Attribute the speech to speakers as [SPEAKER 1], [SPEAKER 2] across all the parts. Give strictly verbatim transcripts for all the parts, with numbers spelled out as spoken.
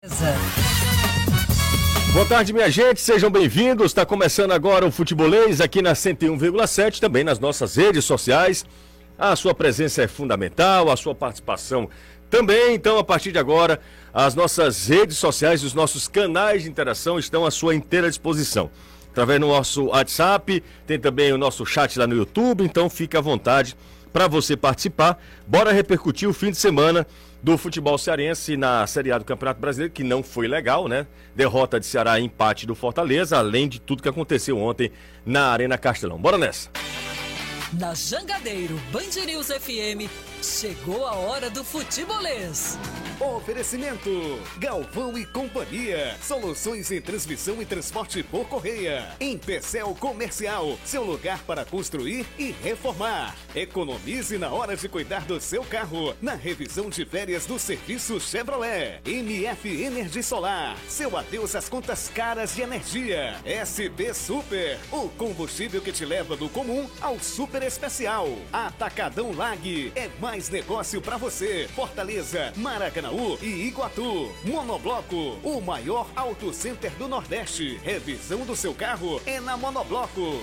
[SPEAKER 1] Boa tarde, minha gente, sejam bem-vindos. Está começando agora o Futebolês aqui na cento e um vírgula sete, também nas nossas redes sociais. A sua presença é fundamental, a sua participação também. Então, a partir de agora, as nossas redes sociais e os nossos canais de interação estão à sua inteira disposição. Através do nosso WhatsApp, tem também o nosso chat lá no YouTube, então fique à vontade para você participar. Bora repercutir o fim de semana do futebol cearense na Série A do Campeonato Brasileiro, que não foi legal, né? Derrota de Ceará, empate do Fortaleza, além de tudo que aconteceu ontem na Arena Castelão. Bora nessa!
[SPEAKER 2] Na Jangadeiro, Band News F M, chegou a hora do Futebolês.
[SPEAKER 3] Oferecimento: Galvão e Companhia. Soluções em transmissão e transporte por correia. Em Pecel Comercial, seu lugar para construir e reformar. Economize na hora de cuidar do seu carro. Na revisão de férias do serviço Chevrolet. M F Energia Solar. Seu adeus às contas caras de energia. S B Super. O combustível que te leva do comum ao super especial. Atacadão Lag. É mais negócio para você. Fortaleza, Maracanaú e Iguatu. Monobloco, o maior auto center do Nordeste. Revisão do seu carro é na Monobloco.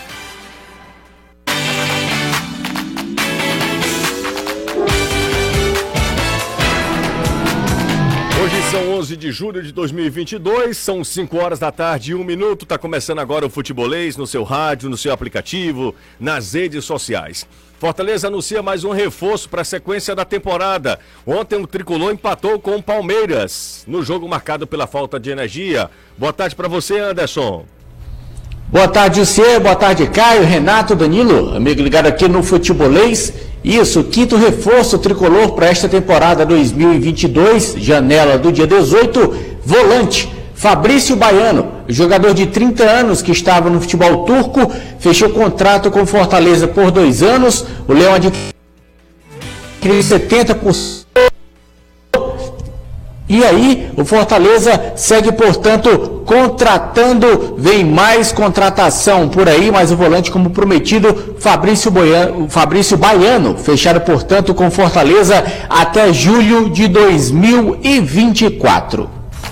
[SPEAKER 1] Hoje são onze de julho de dois mil e vinte e dois, são cinco horas da tarde e um minuto. Tá começando agora o Futebolês no seu rádio, no seu aplicativo, nas redes sociais. Fortaleza anuncia mais um reforço para a sequência da temporada. Ontem o Tricolor empatou com o Palmeiras, no jogo marcado pela falta de energia. Boa tarde para você, Anderson.
[SPEAKER 4] Boa tarde, você. Boa tarde, Caio, Renato, Danilo. Amigo ligado aqui no Futebolês. Isso, quinto reforço tricolor para esta temporada dois mil e vinte e dois, janela do dia dezoito, volante Fabrício Baiano, jogador de trinta anos que estava no futebol turco, fechou contrato com Fortaleza por dois anos, o Leão adquiriu setenta por cento. E aí, o Fortaleza segue, portanto, contratando, vem mais contratação por aí, mas o volante, como prometido, Fabrício, Boiano, Fabrício Baiano, fechado, portanto, com Fortaleza até julho de dois mil e vinte e quatro.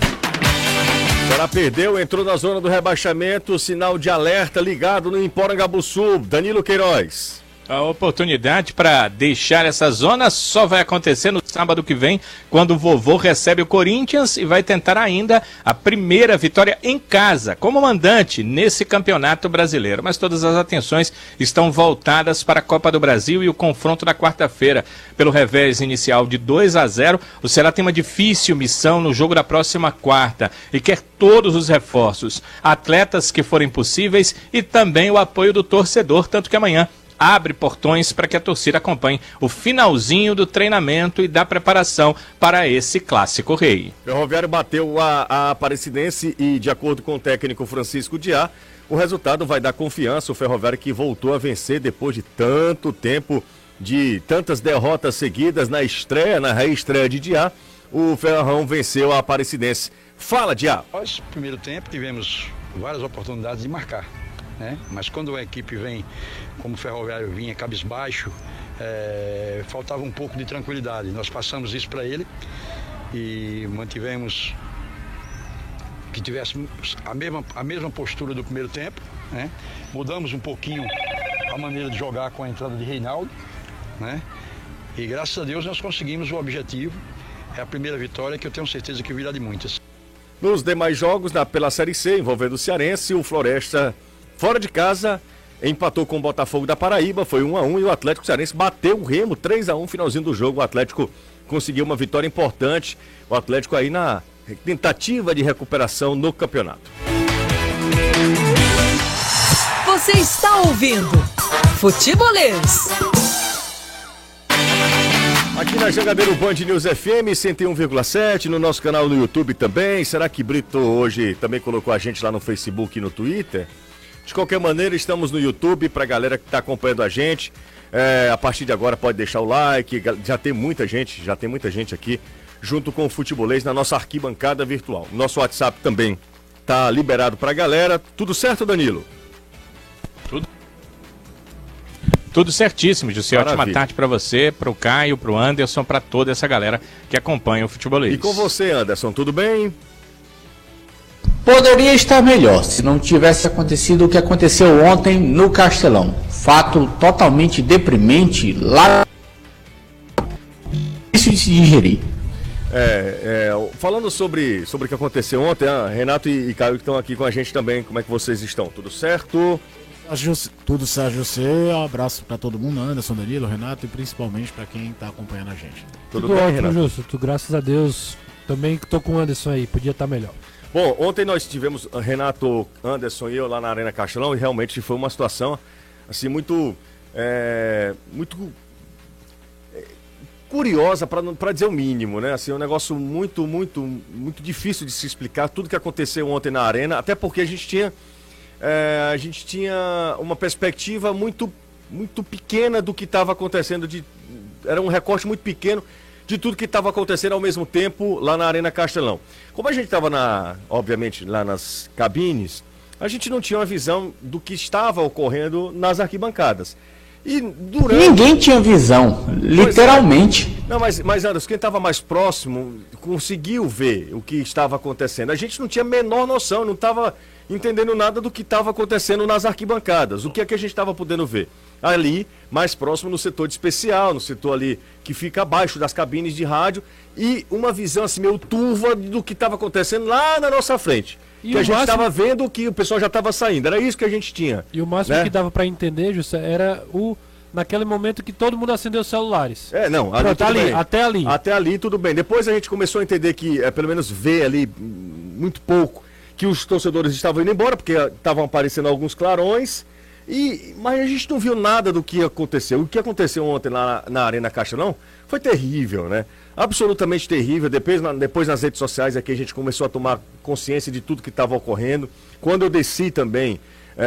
[SPEAKER 1] Ela perdeu, entrou na zona do rebaixamento, sinal de alerta ligado no Emporangabuçu. Danilo Queiroz.
[SPEAKER 5] A oportunidade para deixar essa zona só vai acontecer no sábado que vem, quando o Vovô recebe o Corinthians e vai tentar ainda a primeira vitória em casa, como mandante nesse campeonato brasileiro. Mas todas as atenções estão voltadas para a Copa do Brasil e o confronto da quarta-feira. Pelo revés inicial de dois a zero, o Ceará tem uma difícil missão no jogo da próxima quarta e quer todos os reforços, atletas que forem possíveis e também o apoio do torcedor, tanto que amanhã abre portões para que a torcida acompanhe o finalzinho do treinamento e da preparação para esse clássico rei.
[SPEAKER 1] O Ferroviário bateu a, a Aparecidense e, de acordo com o técnico Francisco Diá, o resultado vai dar confiança. O Ferroviário que voltou a vencer depois de tanto tempo, de tantas derrotas seguidas na estreia, na reestreia de Diá, o Ferrão venceu a Aparecidense. Fala, Diá.
[SPEAKER 6] Nós, no primeiro tempo, tivemos várias oportunidades de marcar. Né? Mas quando a equipe vem, como o Ferroviário vinha, cabisbaixo, é, faltava um pouco de tranquilidade. Nós passamos isso para ele e mantivemos que tivéssemos a mesma, a mesma postura do primeiro tempo, né? Mudamos um pouquinho a maneira de jogar com a entrada de Reinaldo, né? E graças a Deus nós conseguimos o objetivo. É a primeira vitória que eu tenho certeza que virá de muitas.
[SPEAKER 1] Nos demais jogos na, pela Série C, envolvendo o Cearense, o Floresta, fora de casa, empatou com o Botafogo da Paraíba, foi um a um, e o Atlético Cearense bateu o Remo, três a um, finalzinho do jogo. O Atlético conseguiu uma vitória importante, o Atlético aí na tentativa de recuperação no campeonato.
[SPEAKER 2] Você está ouvindo Futebolês.
[SPEAKER 1] Aqui na Jangadeiro Band News F M cento e um vírgula sete, no nosso canal no YouTube também. Será que Brito hoje também colocou a gente lá no Facebook e no Twitter? De qualquer maneira, estamos no YouTube para a galera que está acompanhando a gente. É, a partir de agora pode deixar o like, já tem muita gente, já tem muita gente aqui junto com o Futebolês na nossa arquibancada virtual. Nosso WhatsApp também está liberado para a galera. Tudo certo, Danilo?
[SPEAKER 5] Tudo certíssimo, José.
[SPEAKER 1] Maravilha.
[SPEAKER 5] Ótima tarde para você, para o Caio, para o Anderson, para toda essa galera que acompanha o Futebolês.
[SPEAKER 1] E com você, Anderson, tudo bem?
[SPEAKER 4] Poderia estar melhor se não tivesse acontecido o que aconteceu ontem no Castelão. Fato totalmente deprimente, lá difícil de se digerir.
[SPEAKER 1] É, é, falando sobre, sobre o que aconteceu ontem, ah, Renato e, e Caio que estão aqui com a gente também, como é que vocês estão? Tudo certo?
[SPEAKER 7] Tudo certo, você. Um abraço para todo mundo, Anderson, Danilo, Renato e principalmente para quem está acompanhando a gente.
[SPEAKER 1] Tudo,
[SPEAKER 8] Tudo
[SPEAKER 1] bem,
[SPEAKER 8] ótimo,
[SPEAKER 1] Renato?
[SPEAKER 8] Justo. Tu, graças a Deus. Também que tô com o Anderson aí, podia estar melhor.
[SPEAKER 1] Bom, ontem nós tivemos Renato, Anderson e eu lá na Arena Castelão e realmente foi uma situação assim muito, é, muito é, curiosa, para dizer o mínimo, né? Assim, um negócio muito, muito, muito difícil de se explicar tudo que aconteceu ontem na Arena, até porque a gente tinha, é, a gente tinha uma perspectiva muito, muito pequena do que estava acontecendo, de, era um recorte muito pequeno de tudo que estava acontecendo ao mesmo tempo lá na Arena Castelão. Como a gente estava, na, obviamente, lá nas cabines, a gente não tinha uma visão do que estava ocorrendo nas arquibancadas. E durante...
[SPEAKER 4] Ninguém tinha visão, literalmente.
[SPEAKER 1] É. Não, mas, mas Anderson, quem estava mais próximo conseguiu ver o que estava acontecendo. A gente não tinha a menor noção, não estava entendendo nada do que estava acontecendo nas arquibancadas. O que é que a gente estava podendo ver? Ali, mais próximo no setor de especial, no setor ali que fica abaixo das cabines de rádio, e uma visão assim meio turva do que estava acontecendo lá na nossa frente.
[SPEAKER 8] E
[SPEAKER 1] que a
[SPEAKER 8] o
[SPEAKER 1] gente
[SPEAKER 8] máximo-
[SPEAKER 1] estava vendo que o pessoal já estava saindo. Era isso que a gente tinha.
[SPEAKER 8] E o máximo
[SPEAKER 1] né?
[SPEAKER 8] que dava pra entender, Justo, era o naquele momento que todo mundo acendeu os celulares.
[SPEAKER 1] É, não, ali
[SPEAKER 8] Pronto,
[SPEAKER 1] tudo
[SPEAKER 8] ali,
[SPEAKER 1] bem.
[SPEAKER 8] até ali.
[SPEAKER 1] Até ali tudo bem. Depois a gente começou a entender que, é, pelo menos ver ali, hum, muito pouco, que os torcedores estavam indo embora, porque estavam aparecendo alguns clarões. E, mas a gente não viu nada do que aconteceu. O que aconteceu ontem lá na, na Arena Castelão foi terrível, né? Absolutamente terrível. Depois, na, depois nas redes sociais aqui a gente começou a tomar consciência de tudo que estava ocorrendo. Quando eu desci também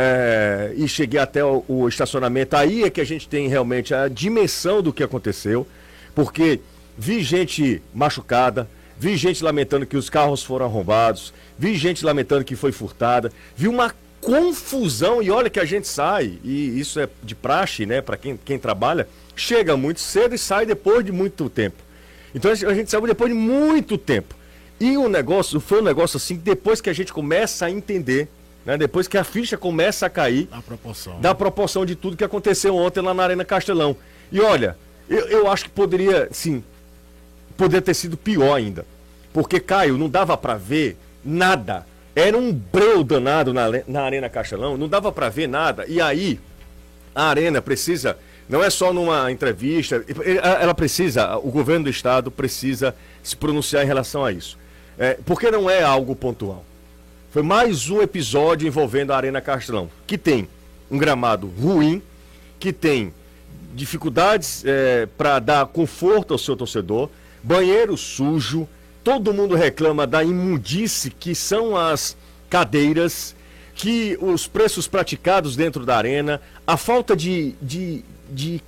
[SPEAKER 1] é, e cheguei até o, o estacionamento, aí é que a gente tem realmente a dimensão do que aconteceu. Porque vi gente machucada, vi gente lamentando que os carros foram arrombados, vi gente lamentando que foi furtada, vi uma confusão, e olha que a gente sai, e isso é de praxe, né, para quem, quem trabalha, chega muito cedo e sai depois de muito tempo. Então a gente saiu depois de muito tempo. E o negócio, foi um negócio assim, depois que a gente começa a entender, né, depois que a ficha começa a cair,
[SPEAKER 7] A proporção.
[SPEAKER 1] da proporção de tudo que aconteceu ontem lá na Arena Castelão. E olha, eu, eu acho que poderia, sim, poderia ter sido pior ainda. Porque, Caio, não dava pra ver nada. Era um breu danado na, na Arena Castelão, não dava pra ver nada. E aí, a Arena precisa, não é só numa entrevista, ela precisa, o governo do estado precisa se pronunciar em relação a isso. É, porque não é algo pontual. Foi mais um episódio envolvendo a Arena Castelão, que tem um gramado ruim, que tem dificuldades é, para dar conforto ao seu torcedor, banheiro sujo, todo mundo reclama da imundice que são as cadeiras, que os preços praticados dentro da arena, a falta de, de, de,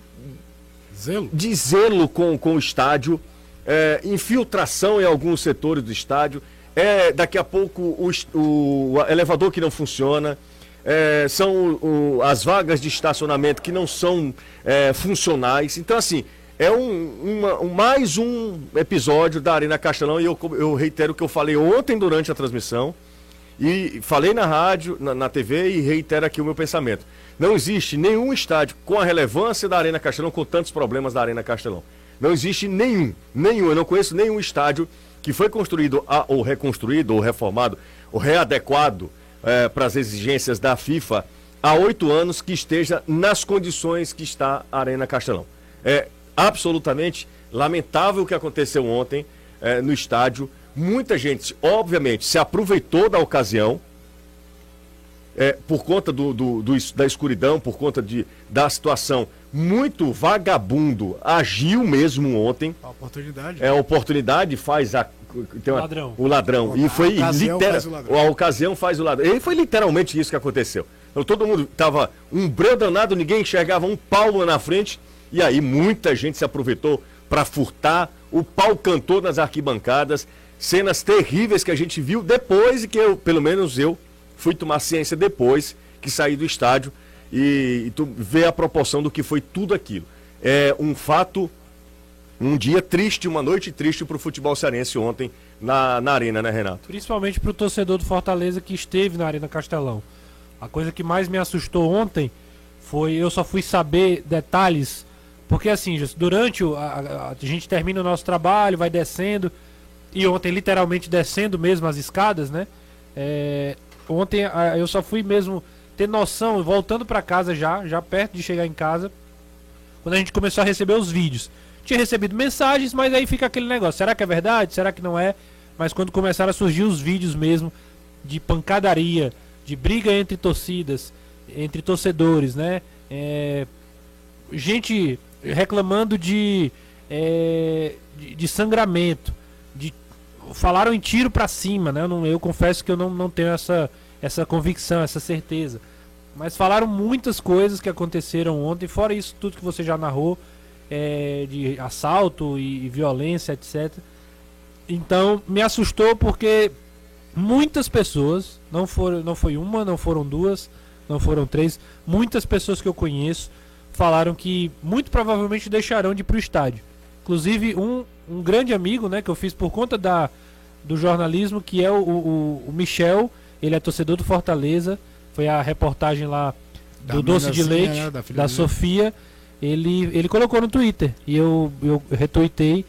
[SPEAKER 7] Zelo?
[SPEAKER 1] de zelo com, com o estádio, é, infiltração em alguns setores do estádio, é, daqui a pouco o, o elevador que não funciona, é, são o, as vagas de estacionamento que não são é, funcionais. Então, assim, é um, uma, um, mais um episódio da Arena Castelão, e eu, eu reitero o que eu falei ontem durante a transmissão, e falei na rádio, na, na T V, e reitero aqui o meu pensamento. Não existe nenhum estádio com a relevância da Arena Castelão, com tantos problemas da Arena Castelão. Não existe nenhum, nenhum, eu não conheço nenhum estádio que foi construído, a, ou reconstruído, ou reformado, ou readequado é, para as exigências da FIFA há oito anos, que esteja nas condições que está a Arena Castelão. É absolutamente lamentável o que aconteceu ontem é, no estádio. Muita gente, obviamente, se aproveitou da ocasião, é, por conta do, do, do, da escuridão, por conta de, da situação muito vagabundo, agiu mesmo ontem.
[SPEAKER 7] A oportunidade.
[SPEAKER 1] É a oportunidade, faz a, tem uma,
[SPEAKER 8] Ladrão.
[SPEAKER 1] o ladrão. E foi
[SPEAKER 7] ocasião
[SPEAKER 1] litera-
[SPEAKER 7] faz o ladrão.
[SPEAKER 1] a ocasião faz o ladrão. E foi literalmente isso que aconteceu. Então todo mundo tava um breu danado, ninguém enxergava um palmo na frente, e aí muita gente se aproveitou para furtar, o pau cantou nas arquibancadas, cenas terríveis que a gente viu depois, e que eu, pelo menos eu, fui tomar ciência depois que saí do estádio, e, e tu vê a proporção do que foi tudo aquilo. É um fato, um dia triste, uma noite triste para o futebol cearense ontem na, na Arena, né, Renato?
[SPEAKER 8] Principalmente para o torcedor do Fortaleza que esteve na Arena Castelão. A coisa que mais me assustou ontem foi, eu só fui saber detalhes, porque assim, durante o, a, a, a gente termina o nosso trabalho, vai descendo, e ontem literalmente descendo mesmo as escadas, né? É, ontem a, eu só fui mesmo ter noção, voltando para casa já, já perto de chegar em casa, quando a gente começou a receber os vídeos. Tinha recebido mensagens, mas aí fica aquele negócio, será que é verdade? Será que não é? Mas quando começaram a surgir os vídeos mesmo de pancadaria, de briga entre torcidas, entre torcedores, né? É, gente reclamando de, é, de, de sangramento, de, falaram em tiro pra cima, né? Eu, não, eu confesso que eu não, não tenho essa, essa convicção, essa certeza. Mas falaram muitas coisas que aconteceram ontem, fora isso tudo que você já narrou, é, de assalto e, e violência, etcétera. Então me assustou porque muitas pessoas, não, foram, não foi uma, não foram duas, não foram três, muitas pessoas que eu conheço falaram que muito provavelmente deixarão de ir pro estádio. Inclusive um, um grande amigo, né, que eu fiz por conta da, do jornalismo, que é o, o, o Michel, ele é torcedor do Fortaleza, foi a reportagem lá do
[SPEAKER 7] Da
[SPEAKER 8] doce de leite,
[SPEAKER 7] né, da,
[SPEAKER 8] da Sofia, ele, ele colocou no Twitter, e eu, eu retuitei,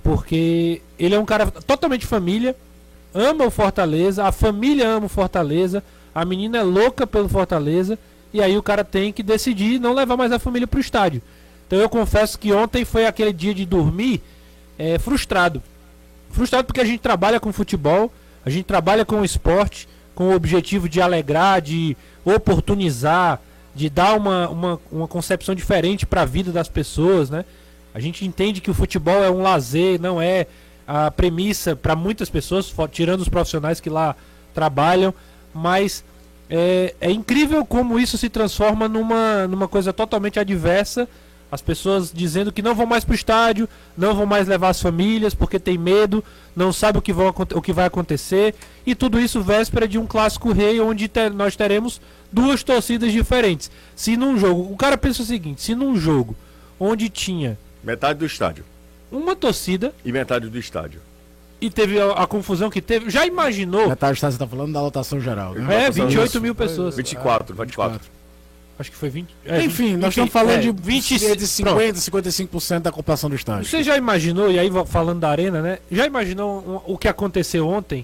[SPEAKER 8] porque ele é um cara totalmente família, ama o Fortaleza, a família ama o Fortaleza, a menina é louca pelo Fortaleza, e aí o cara tem que decidir não levar mais a família pro estádio. Então eu confesso que ontem foi aquele dia de dormir é, frustrado. Frustrado porque a gente trabalha com futebol, a gente trabalha com o esporte, com o objetivo de alegrar, de oportunizar, de dar uma, uma, uma concepção diferente para a vida das pessoas, né? A gente entende que o futebol é um lazer, não é a premissa para muitas pessoas, tirando os profissionais que lá trabalham, mas é, é incrível como isso se transforma numa, numa coisa totalmente adversa. As pessoas dizendo que não vão mais para o estádio, não vão mais levar as famílias porque tem medo, não sabe o que, vão, o que vai acontecer, e tudo isso véspera de um clássico rei onde ter, nós teremos duas torcidas diferentes. Se num jogo, o cara pensa o seguinte, se num jogo onde tinha
[SPEAKER 1] metade do estádio
[SPEAKER 8] uma torcida
[SPEAKER 1] e metade do estádio
[SPEAKER 8] e teve a, a confusão que teve, já imaginou?
[SPEAKER 7] Metade do estádio, você tá falando da lotação geral, né?
[SPEAKER 8] É, vinte e oito mil pessoas.
[SPEAKER 1] vinte e quatro, vinte e quatro.
[SPEAKER 8] Acho que foi vinte. É,
[SPEAKER 7] Enfim,
[SPEAKER 8] vinte,
[SPEAKER 7] nós estamos falando
[SPEAKER 8] é,
[SPEAKER 7] de
[SPEAKER 8] vinte,
[SPEAKER 7] de cinquenta, cinquenta e cinco por cento da população do estádio.
[SPEAKER 8] Você já imaginou, e aí falando da Arena, né? Já imaginou um, o que aconteceu ontem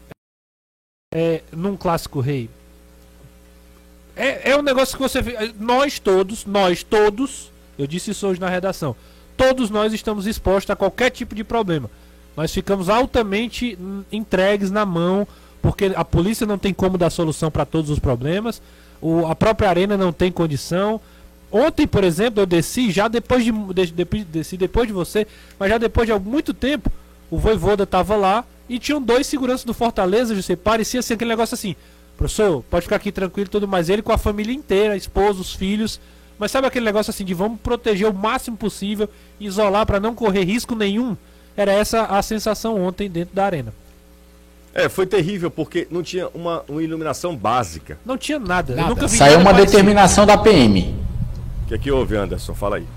[SPEAKER 8] é, num clássico rei? É, é um negócio que você... Nós todos, nós todos, eu disse isso hoje na redação, todos nós estamos expostos a qualquer tipo de problema. Nós ficamos altamente entregues na mão, porque a polícia não tem como dar solução para todos os problemas, o, a própria Arena não tem condição. Ontem, por exemplo, eu desci já depois de, de, de, desci depois de você, mas já depois de muito tempo, o Vojvoda estava lá e tinham dois seguranças do Fortaleza, você parecia assim, aquele negócio assim, professor, pode ficar aqui tranquilo e tudo mais, ele com a família inteira, a esposa, os filhos, mas sabe aquele negócio assim de vamos proteger o máximo possível, isolar para não correr risco nenhum? Era essa a sensação ontem dentro da Arena.
[SPEAKER 1] É, foi terrível porque não tinha uma, uma iluminação básica.
[SPEAKER 8] Não tinha nada.
[SPEAKER 7] nada.
[SPEAKER 8] Eu nunca vi
[SPEAKER 4] Saiu
[SPEAKER 8] nada
[SPEAKER 4] uma
[SPEAKER 8] parecido.
[SPEAKER 4] determinação da P M.
[SPEAKER 1] O que é que houve, Anderson? Fala aí.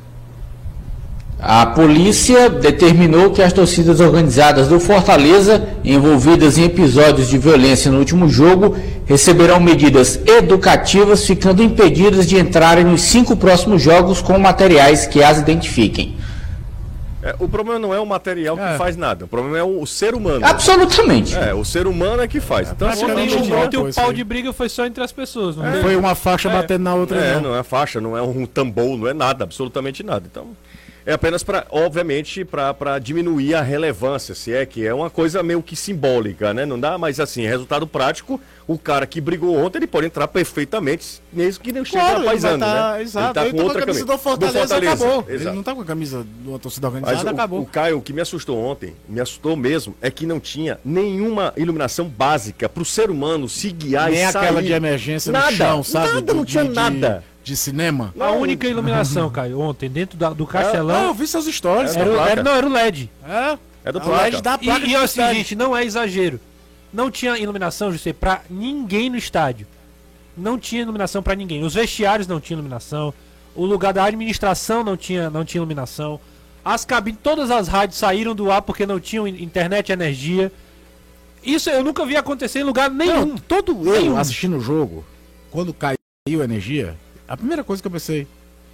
[SPEAKER 4] A polícia determinou que as torcidas organizadas do Fortaleza, envolvidas em episódios de violência no último jogo, receberão medidas educativas, ficando impedidas de entrarem nos cinco próximos jogos com materiais que as identifiquem.
[SPEAKER 1] É, o problema não é o material que
[SPEAKER 7] É.
[SPEAKER 1] faz nada, o problema é o, o ser humano.
[SPEAKER 4] Absolutamente.
[SPEAKER 1] É, o ser humano é que faz. Então,
[SPEAKER 7] Praticamente
[SPEAKER 1] assim,
[SPEAKER 8] Ontem,
[SPEAKER 7] não
[SPEAKER 8] ontem o
[SPEAKER 7] coisa
[SPEAKER 8] pau
[SPEAKER 7] aí.
[SPEAKER 8] de briga foi só entre as pessoas. Não
[SPEAKER 1] É.
[SPEAKER 8] teve-
[SPEAKER 7] Foi uma faixa
[SPEAKER 8] É.
[SPEAKER 7] batendo na outra,
[SPEAKER 1] É,
[SPEAKER 7] não.
[SPEAKER 1] não é faixa, não é um tambor, não é nada, absolutamente nada. Então, é apenas para, obviamente, para diminuir a relevância, se é que é uma coisa meio que simbólica, né? Não dá, mas assim, resultado prático, o cara que brigou ontem, ele pode entrar perfeitamente, mesmo que não esteja
[SPEAKER 7] Claro, ele vai
[SPEAKER 1] apaisando,
[SPEAKER 7] tá,
[SPEAKER 1] né?
[SPEAKER 7] exato.
[SPEAKER 1] Ele tá
[SPEAKER 7] Ele
[SPEAKER 1] com
[SPEAKER 7] tá com
[SPEAKER 1] outra
[SPEAKER 7] a camisa
[SPEAKER 1] camisa
[SPEAKER 7] do Fortaleza, acabou. Ele
[SPEAKER 1] exato.
[SPEAKER 7] não tá com a camisa de uma torcida
[SPEAKER 1] Mas
[SPEAKER 7] organizada,
[SPEAKER 1] o,
[SPEAKER 7] acabou.
[SPEAKER 1] o Caio, o que me assustou ontem, me assustou mesmo, é que não tinha nenhuma iluminação básica para o ser humano se guiar
[SPEAKER 7] Nem
[SPEAKER 1] e sair.
[SPEAKER 7] aquela de emergência
[SPEAKER 1] Nada,
[SPEAKER 7] no chão, sabe?
[SPEAKER 1] nada, não
[SPEAKER 7] De-
[SPEAKER 1] tinha
[SPEAKER 7] de-
[SPEAKER 1] nada.
[SPEAKER 7] De cinema.
[SPEAKER 8] A única iluminação, Caio, ontem, dentro da- do Castelão,
[SPEAKER 7] Ah, eu vi seus stories.
[SPEAKER 1] É,
[SPEAKER 8] era, o-
[SPEAKER 1] placa.
[SPEAKER 8] era- não, era o L E D.
[SPEAKER 7] É,
[SPEAKER 1] É do
[SPEAKER 7] a
[SPEAKER 1] placa.
[SPEAKER 7] L E D da
[SPEAKER 8] E,
[SPEAKER 7] placa
[SPEAKER 8] e
[SPEAKER 7] de
[SPEAKER 8] assim,
[SPEAKER 7] cidade.
[SPEAKER 8] gente, não é exagero. Não tinha iluminação, José, pra ninguém no estádio. não tinha iluminação para ninguém. Os vestiários não tinham iluminação. O lugar da administração não tinha, não tinha iluminação. As cabines, todas as rádios saíram do ar porque não tinham internet e energia. Isso eu nunca vi acontecer em lugar nenhum.
[SPEAKER 7] Não, todo
[SPEAKER 8] nenhum.
[SPEAKER 7] eu assistindo o jogo, quando caiu a energia, a primeira coisa que eu pensei,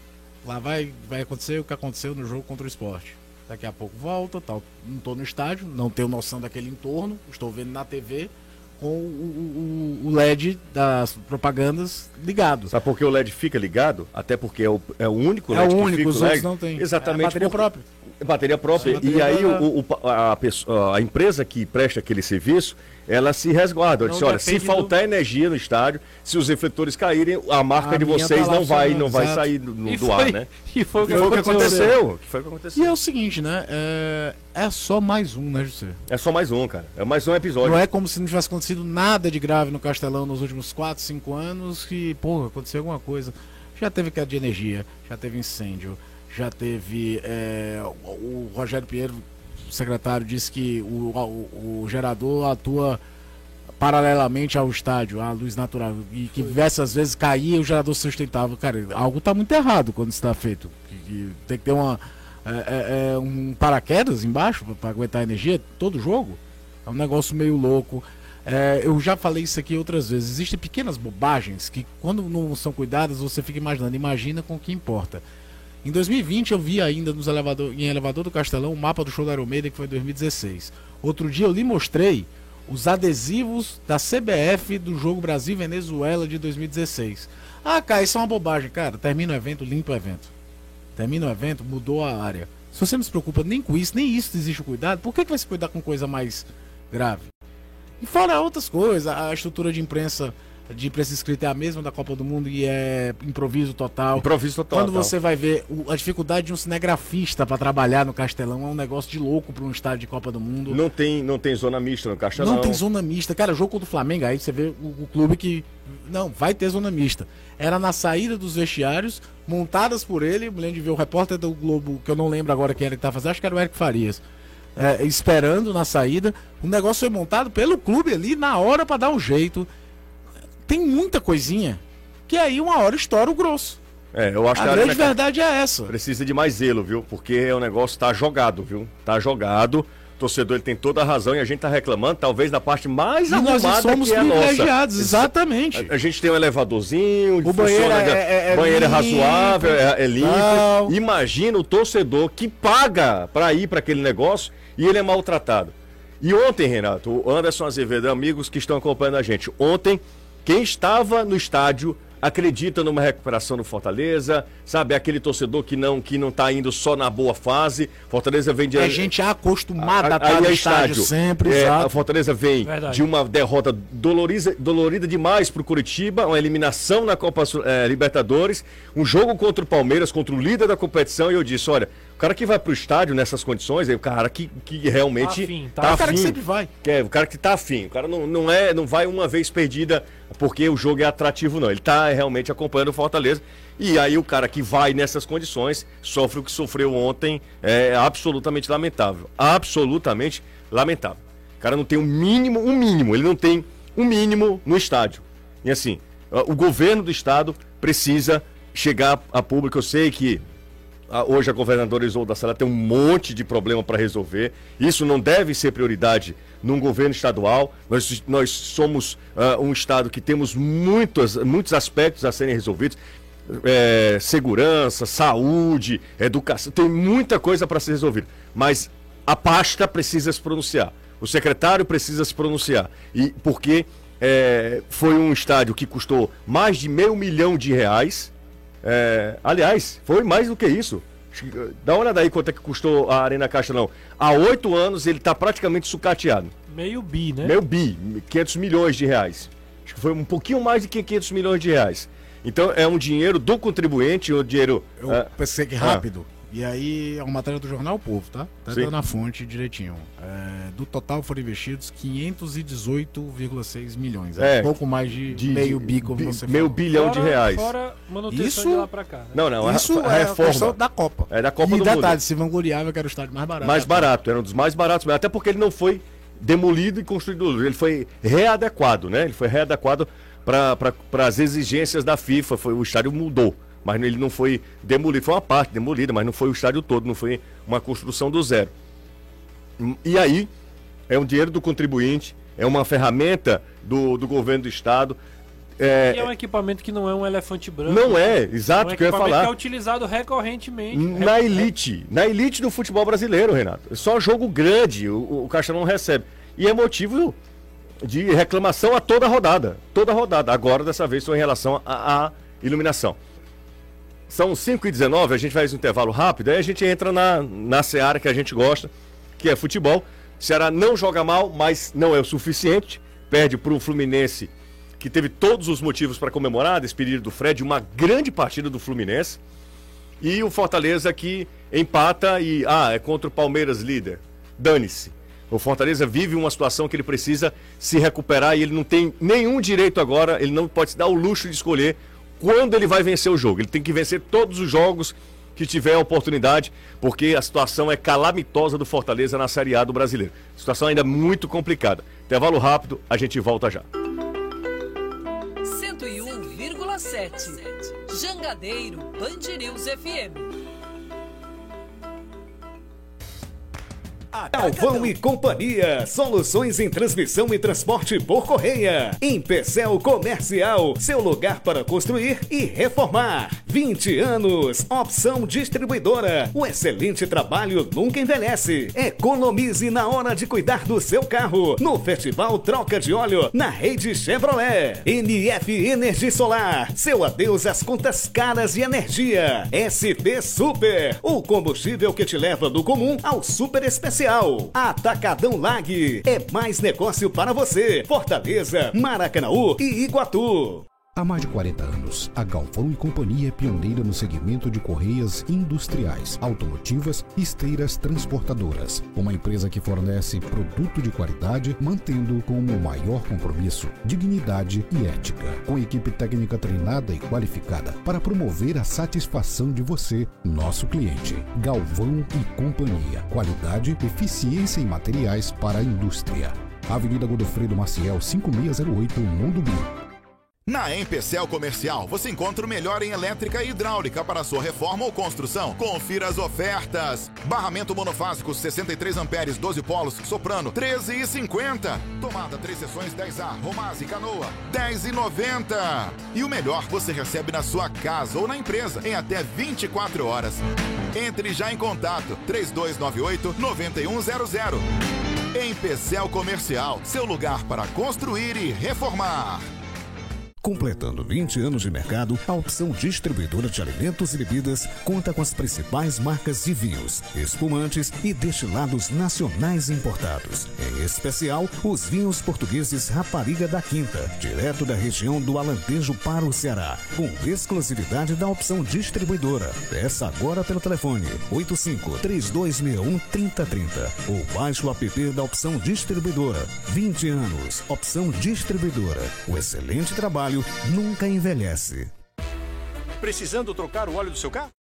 [SPEAKER 7] lá vai, vai acontecer o que aconteceu no jogo contra o Sport. Daqui a pouco volta, tal. Não tô no estádio, não tenho noção daquele entorno, estou vendo na T V com o, o, o L E D das propagandas ligado.
[SPEAKER 1] Sabe por que o L E D fica ligado? Até porque é o, é o único
[SPEAKER 7] É
[SPEAKER 1] L E D
[SPEAKER 7] o
[SPEAKER 1] que
[SPEAKER 7] único,
[SPEAKER 1] fica
[SPEAKER 7] os
[SPEAKER 1] o L E D.
[SPEAKER 7] outros não tem.
[SPEAKER 1] Exatamente.
[SPEAKER 7] É bateria
[SPEAKER 1] por...
[SPEAKER 7] própria.
[SPEAKER 1] Bateria própria.
[SPEAKER 7] É bateria
[SPEAKER 1] e aí
[SPEAKER 7] própria.
[SPEAKER 1] o, o, a, pessoa, a empresa que presta aquele serviço, ela se resguarda. Ela
[SPEAKER 8] Não
[SPEAKER 1] disse, olha, se
[SPEAKER 8] depende
[SPEAKER 1] faltar
[SPEAKER 8] do-
[SPEAKER 1] energia no estádio, se os refletores caírem, a marca
[SPEAKER 7] A
[SPEAKER 1] de
[SPEAKER 7] minha
[SPEAKER 1] vocês
[SPEAKER 7] tá lá
[SPEAKER 1] não vai, não
[SPEAKER 7] funcionando,
[SPEAKER 1] vai
[SPEAKER 7] exato.
[SPEAKER 1] sair do,
[SPEAKER 8] E
[SPEAKER 1] do
[SPEAKER 8] foi,
[SPEAKER 1] ar, né?
[SPEAKER 8] e foi o que
[SPEAKER 1] Foi o que
[SPEAKER 8] aconteceu.
[SPEAKER 1] aconteceu. Que foi o que
[SPEAKER 7] E
[SPEAKER 1] aconteceu.
[SPEAKER 7] é o seguinte, né? É, é só mais um, né, José?
[SPEAKER 1] É só mais um, cara. É mais um episódio.
[SPEAKER 7] Não é como se não tivesse acontecido nada de grave no Castelão nos últimos quatro, cinco anos, que, porra, aconteceu alguma coisa. Já teve queda de energia, já teve incêndio, já teve. É, o, o Rogério Pinheiro, o secretário, disse que o, o, o gerador atua paralelamente ao estádio, à luz natural, e que diversas vezes caía e o gerador sustentava. Cara, algo tá muito errado quando isso está feito. Que, que tem que ter uma, é, é, é, um paraquedas embaixo para aguentar a energia todo jogo. É um negócio meio louco. É, eu já falei isso aqui outras vezes. Existem pequenas bobagens que, quando não são cuidadas, você fica imaginando. Imagina com o que importa. Em dois mil e vinte, eu vi ainda nos elevador, em Elevador do Castelão o mapa do show da Aromeida, que foi em dois mil e dezesseis. Outro dia eu lhe mostrei os adesivos da C B F do jogo Brasil-Venezuela de dois mil e dezesseis. Ah, cara, isso é uma bobagem. Cara, termina o evento, limpa o evento. Termina o evento, mudou a área. Se você não se preocupa nem com isso, nem isso existe o cuidado, por que, que vai se cuidar com coisa mais grave? E fora outras coisas, a estrutura de imprensa de imprensa escrita é a mesma da Copa do Mundo e é improviso total.
[SPEAKER 1] Improviso total.
[SPEAKER 7] Quando você vai ver o, a dificuldade de um cinegrafista para trabalhar no Castelão, é um negócio de louco para um estádio de Copa do Mundo.
[SPEAKER 1] Não tem, não tem zona mista no Castelão.
[SPEAKER 7] Não tem zona mista. Cara, jogo contra o Flamengo, aí você vê o, o clube que... Não, vai ter zona mista. Era na saída dos vestiários, montadas por ele. Me lembro de ver o repórter do Globo, que eu não lembro agora quem era que estava fazendo, acho que era o Eric Farias. É, esperando na saída. O negócio foi montado pelo clube ali na hora para dar um jeito. Tem muita coisinha que aí uma hora estoura o grosso.
[SPEAKER 1] É, eu acho
[SPEAKER 7] A
[SPEAKER 1] que a
[SPEAKER 7] grande
[SPEAKER 1] Arena
[SPEAKER 7] verdade é essa.
[SPEAKER 1] precisa de mais zelo, viu? Porque o negócio tá jogado, viu? Tá jogado. O torcedor ele tem toda a razão e a gente tá reclamando, talvez da parte mais
[SPEAKER 7] E nós
[SPEAKER 1] arrumada
[SPEAKER 7] somos
[SPEAKER 1] que é a nossa.
[SPEAKER 7] privilegiados, exatamente.
[SPEAKER 1] A, a gente tem um elevadorzinho,
[SPEAKER 7] O banheiro
[SPEAKER 1] funciona,
[SPEAKER 7] é- é- é
[SPEAKER 1] banheiro
[SPEAKER 7] limpo,
[SPEAKER 1] é razoável, é, é limpo.
[SPEAKER 7] tal.
[SPEAKER 1] Imagina o torcedor que paga para ir para aquele negócio e ele é maltratado. E ontem, Renato, o Anderson Azevedo, amigos que estão acompanhando a gente, ontem, quem estava no estádio acredita numa recuperação do Fortaleza, sabe, aquele torcedor que não que não tá indo só na boa fase. Fortaleza vem de
[SPEAKER 7] É gente acostumada a
[SPEAKER 1] Aí
[SPEAKER 7] estar no
[SPEAKER 1] é
[SPEAKER 7] estádio sempre,
[SPEAKER 1] é, a
[SPEAKER 7] exato.
[SPEAKER 1] Fortaleza vem
[SPEAKER 8] Verdade.
[SPEAKER 1] de uma derrota dolorida, dolorida demais pro Curitiba, uma eliminação na Copa é, Libertadores, um jogo contra o Palmeiras, contra o líder da competição, e eu disse, olha, o cara que vai pro estádio nessas condições, é o cara que, que realmente
[SPEAKER 8] Tá afim, tá
[SPEAKER 1] tá
[SPEAKER 7] É o cara que
[SPEAKER 1] afim.
[SPEAKER 7] sempre vai.
[SPEAKER 1] Que é, o cara que tá afim, o cara não, não, é, não vai uma vez perdida porque o jogo é atrativo, não. Ele tá realmente acompanhando o Fortaleza. E aí o cara que vai nessas condições sofre o que sofreu ontem, é absolutamente lamentável. Absolutamente lamentável. O cara não tem um mínimo, um mínimo, ele não tem um mínimo no estádio. E assim, o governo do estado precisa chegar a público. Eu sei que hoje a governadora Isolda Sala tem um monte de problema para resolver. Isso não deve ser prioridade num governo estadual. Nós, nós somos uh, um estado que temos muitos, muitos aspectos a serem resolvidos. É, segurança, saúde, educação, tem muita coisa para ser resolvida. Mas a pasta precisa se pronunciar. O secretário precisa se pronunciar. E porque é, foi um estádio que custou mais de meio milhão de reais. É, aliás, foi mais do que isso. Dá uma olhada aí quanto é que custou a Arena Castelão. Há oito anos ele está praticamente sucateado.
[SPEAKER 8] Meio bi, né?
[SPEAKER 1] Meio bi, quinhentos milhões de reais. Acho que foi um pouquinho mais de quinhentos milhões de reais. Então é um dinheiro do contribuinte, um dinheiro...
[SPEAKER 7] Eu
[SPEAKER 1] ah,
[SPEAKER 7] pensei que rápido. E aí é uma matéria do jornal O Povo, tá? Tá
[SPEAKER 1] Sim.
[SPEAKER 7] dando a fonte direitinho. É, do total foram investidos quinhentos e dezoito vírgula seis milhões. É,
[SPEAKER 1] É,
[SPEAKER 7] pouco mais de,
[SPEAKER 1] de-
[SPEAKER 7] meio bi, como
[SPEAKER 1] bi-
[SPEAKER 7] você
[SPEAKER 1] meio
[SPEAKER 7] falou.
[SPEAKER 1] bilhão de reais.
[SPEAKER 8] Fora manutenção
[SPEAKER 7] Isso-
[SPEAKER 8] de lá pra cá. Né?
[SPEAKER 1] Não, não, a-
[SPEAKER 7] Isso
[SPEAKER 1] a,
[SPEAKER 7] é a questão
[SPEAKER 1] reforma.
[SPEAKER 7] da Copa.
[SPEAKER 1] É da Copa
[SPEAKER 7] e
[SPEAKER 1] do
[SPEAKER 7] detalhe,
[SPEAKER 1] Mundo.
[SPEAKER 7] se vangloriava que era o estádio mais barato.
[SPEAKER 1] Mais barato, era um dos mais baratos mesmo. Até porque ele não foi demolido e construído. Ele foi readequado, né? Ele foi readequado para as exigências da FIFA. Foi, o estádio mudou, mas ele não foi demolido, foi uma parte demolida, mas não foi o estádio todo, não foi uma construção do zero. E aí, é um dinheiro do contribuinte, é uma ferramenta do, do governo do estado. É,
[SPEAKER 8] e é um equipamento que não é um elefante branco.
[SPEAKER 1] Não é, exato,
[SPEAKER 8] é um
[SPEAKER 1] que eu ia falar.
[SPEAKER 8] que é utilizado recorrentemente.
[SPEAKER 1] Na elite, na elite do futebol brasileiro, Renato. Só jogo grande o, o Castelão recebe. E é motivo de reclamação a toda rodada. Toda rodada. Agora, dessa vez, foi em relação à iluminação. São cinco e dezenove, a gente faz um intervalo rápido, aí a gente entra na, na seara que a gente gosta, que é futebol. Ceará não joga mal, mas não é o suficiente. Perde para o Fluminense, que teve todos os motivos para comemorar, despedido do Fred, uma grande partida do Fluminense. E o Fortaleza que empata e, ah, é contra o Palmeiras líder. Dane-se. O Fortaleza vive uma situação que ele precisa se recuperar e ele não tem nenhum direito agora, ele não pode se dar o luxo de escolher quando ele vai vencer o jogo. Ele tem que vencer todos os jogos que tiver a oportunidade, porque a situação é calamitosa do Fortaleza na Série A do Brasileiro. Situação ainda muito complicada. Intervalo rápido, a gente volta já.
[SPEAKER 2] cento e um vírgula sete Jangadeiro Band News F M.
[SPEAKER 3] Galvão e Companhia, soluções em transmissão e transporte por correia. Em Pecel Comercial, seu lugar para construir e reformar. vinte anos, opção distribuidora. O excelente trabalho nunca envelhece. Economize na hora de cuidar do seu carro. No Festival Troca de Óleo, na rede Chevrolet. N F Energia Solar, seu adeus às contas caras de energia. S P Super, o combustível que te leva do comum ao super especial. Atacadão Lag, é mais negócio para você. Fortaleza, Maracanaú e Iguatu.
[SPEAKER 9] Há mais de quarenta anos, a Galvão e Companhia é pioneira no segmento de correias industriais, automotivas e esteiras transportadoras. Uma empresa que fornece produto de qualidade, mantendo como maior compromisso dignidade e ética. Com equipe técnica treinada e qualificada para promover a satisfação de você, nosso cliente. Galvão e Companhia. Qualidade, eficiência em materiais para a indústria. Avenida Godofredo Maciel, cinco seis zero oito, Mondubim.
[SPEAKER 10] Na Empecel Comercial, você encontra o melhor em elétrica e hidráulica para sua reforma ou construção. Confira as ofertas. Barramento monofásico sessenta e três amperes, doze polos, soprano, treze e cinquenta. Tomada três seções dez A, Romase, Canoa, dez e noventa. E o melhor você recebe na sua casa ou na empresa em até vinte e quatro horas. Entre já em contato, três dois nove oito, nove um zero zero. Empecel Comercial, seu lugar para construir e reformar.
[SPEAKER 3] Completando vinte anos de mercado, a opção distribuidora de alimentos e bebidas conta com as principais marcas de vinhos, espumantes e destilados nacionais importados. Em especial, os vinhos portugueses Rapariga da Quinta, direto da região do Alentejo para o Ceará, com exclusividade da opção distribuidora. Peça agora pelo telefone oito cinco, três dois seis um, três zero três zero ou baixe o app da opção distribuidora. vinte anos, opção distribuidora. O excelente trabalho nunca envelhece.
[SPEAKER 11] Precisando trocar o óleo do seu carro?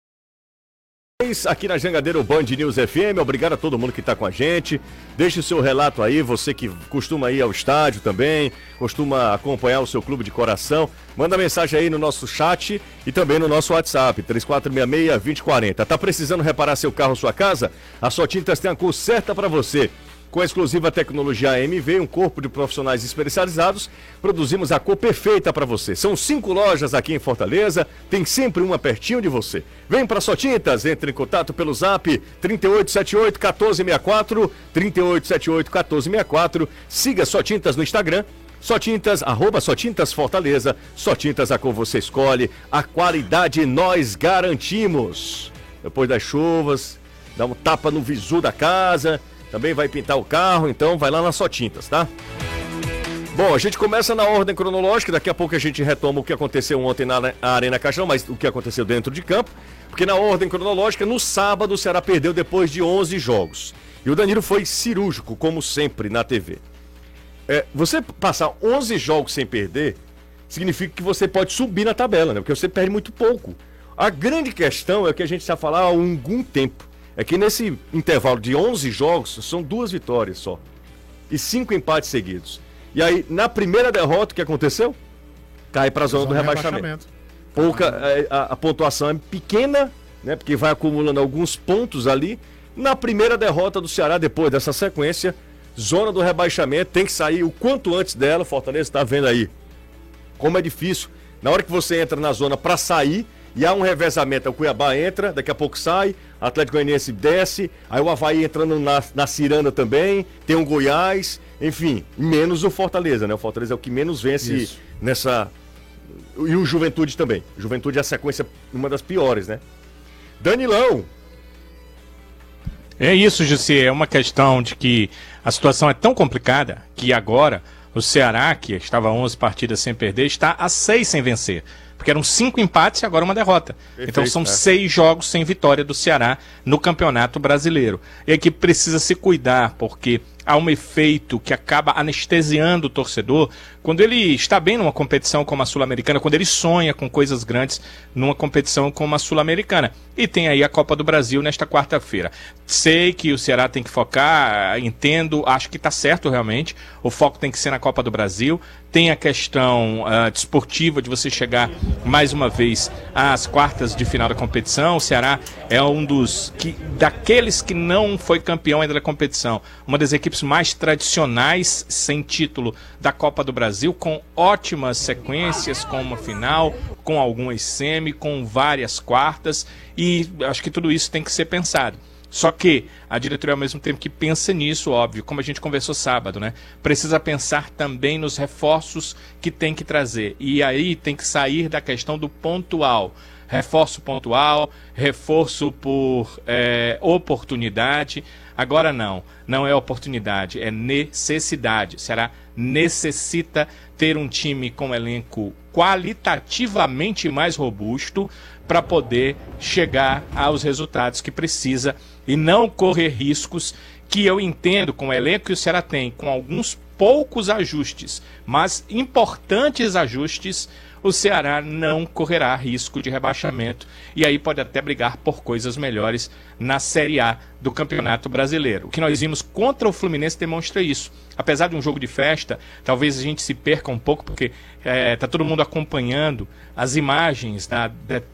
[SPEAKER 1] Aqui na Jangadeiro Band News F M, obrigado a todo mundo que está com a gente. Deixe o seu relato aí, você que costuma ir ao estádio também, costuma acompanhar o seu clube de coração. Manda mensagem aí no nosso chat e também no nosso WhatsApp, três quatro seis seis, dois zero quatro zero. Tá precisando reparar seu carro ou sua casa? A Só Tintas tem a cor certa para você. Com a exclusiva tecnologia A M V, um corpo de profissionais especializados, produzimos a cor perfeita para você. São cinco lojas aqui em Fortaleza, tem sempre uma pertinho de você. Vem para Só Tintas, entre em contato pelo zap trinta e oito setenta e oito, quatorze sessenta e quatro, trinta e oito setenta e oito, quatorze sessenta e quatro. Siga Só Tintas no Instagram, Só Tintas, arroba Só Tintas Fortaleza. Só Tintas, a cor você escolhe, a qualidade nós garantimos. Depois das chuvas, dá um tapa no visu da casa... Também vai pintar o carro, então vai lá na Só Tintas, tá? Bom, a gente começa na ordem cronológica, daqui a pouco a gente retoma o que aconteceu ontem na Arena Castelão, mas o que aconteceu dentro de campo, porque na ordem cronológica, no sábado o Ceará perdeu depois de onze jogos. E o Danilo foi cirúrgico, como sempre, na T V. É, você passar onze jogos sem perder, significa que você pode subir na tabela, né? Porque você perde muito pouco. A grande questão é o que a gente já falar há algum tempo. É que nesse intervalo de onze jogos, são duas vitórias só. E cinco empates seguidos. E aí, na primeira derrota, o que aconteceu? Cai para a zona do rebaixamento. rebaixamento. Pouca, a, a pontuação é pequena, né? Porque vai acumulando alguns pontos ali. Na primeira derrota do Ceará, depois dessa sequência, zona do rebaixamento, tem que sair o quanto antes dela. Fortaleza está vendo aí como é difícil. Na hora que você entra na zona para sair, e há um revezamento, o Cuiabá entra, daqui a pouco sai, Atlético Goianiense desce, aí o Avaí entrando na, na Ciranda também, tem o Goiás, enfim, menos o Fortaleza, né? O Fortaleza é o que menos vence Isso. nessa... E o Juventude também. Juventude é a sequência, uma das piores, né? Danilão!
[SPEAKER 5] É isso, Jussi, é uma questão de que a situação é tão complicada que agora o Ceará, que estava onze partidas sem perder, está a seis sem vencer. Porque eram cinco empates e agora uma derrota. Perfeito, então são é. seis jogos sem vitória do Ceará no Campeonato Brasileiro. E a equipe precisa se cuidar, porque há um efeito que acaba anestesiando o torcedor quando ele está bem numa competição como a Sul-Americana, quando ele sonha com coisas grandes numa competição como a Sul-Americana. E tem aí a Copa do Brasil nesta quarta-feira. Sei que o Ceará tem que focar, entendo, acho que está certo realmente, o foco tem que ser na Copa do Brasil. Tem a questão uh, desportiva de você chegar mais uma vez às quartas de final da competição. O Ceará é um dos que, daqueles que não foi campeão ainda da competição, uma das equipes mais tradicionais sem título da Copa do Brasil, com ótimas sequências, com uma final, com algumas semi, com várias quartas, e acho que tudo isso tem que ser pensado. Só que a diretoria, ao mesmo tempo que pensa nisso, óbvio, como a gente conversou sábado, né? Precisa pensar também nos reforços que tem que trazer. E aí tem que sair da questão do pontual. Reforço pontual, reforço por é, oportunidade. Agora não, não é oportunidade, é necessidade. Será necessita ter um time com elenco qualitativamente mais robusto para poder chegar aos resultados que precisa e não correr riscos que eu entendo com o elenco que o Ceará tem, com alguns poucos ajustes, mas importantes ajustes, o Ceará não correrá risco de rebaixamento e aí pode até brigar por coisas melhores na Série A do Campeonato Brasileiro. O que nós vimos contra o Fluminense demonstra isso. Apesar de um jogo de festa, talvez a gente se perca um pouco, porque está é, todo mundo acompanhando as imagens da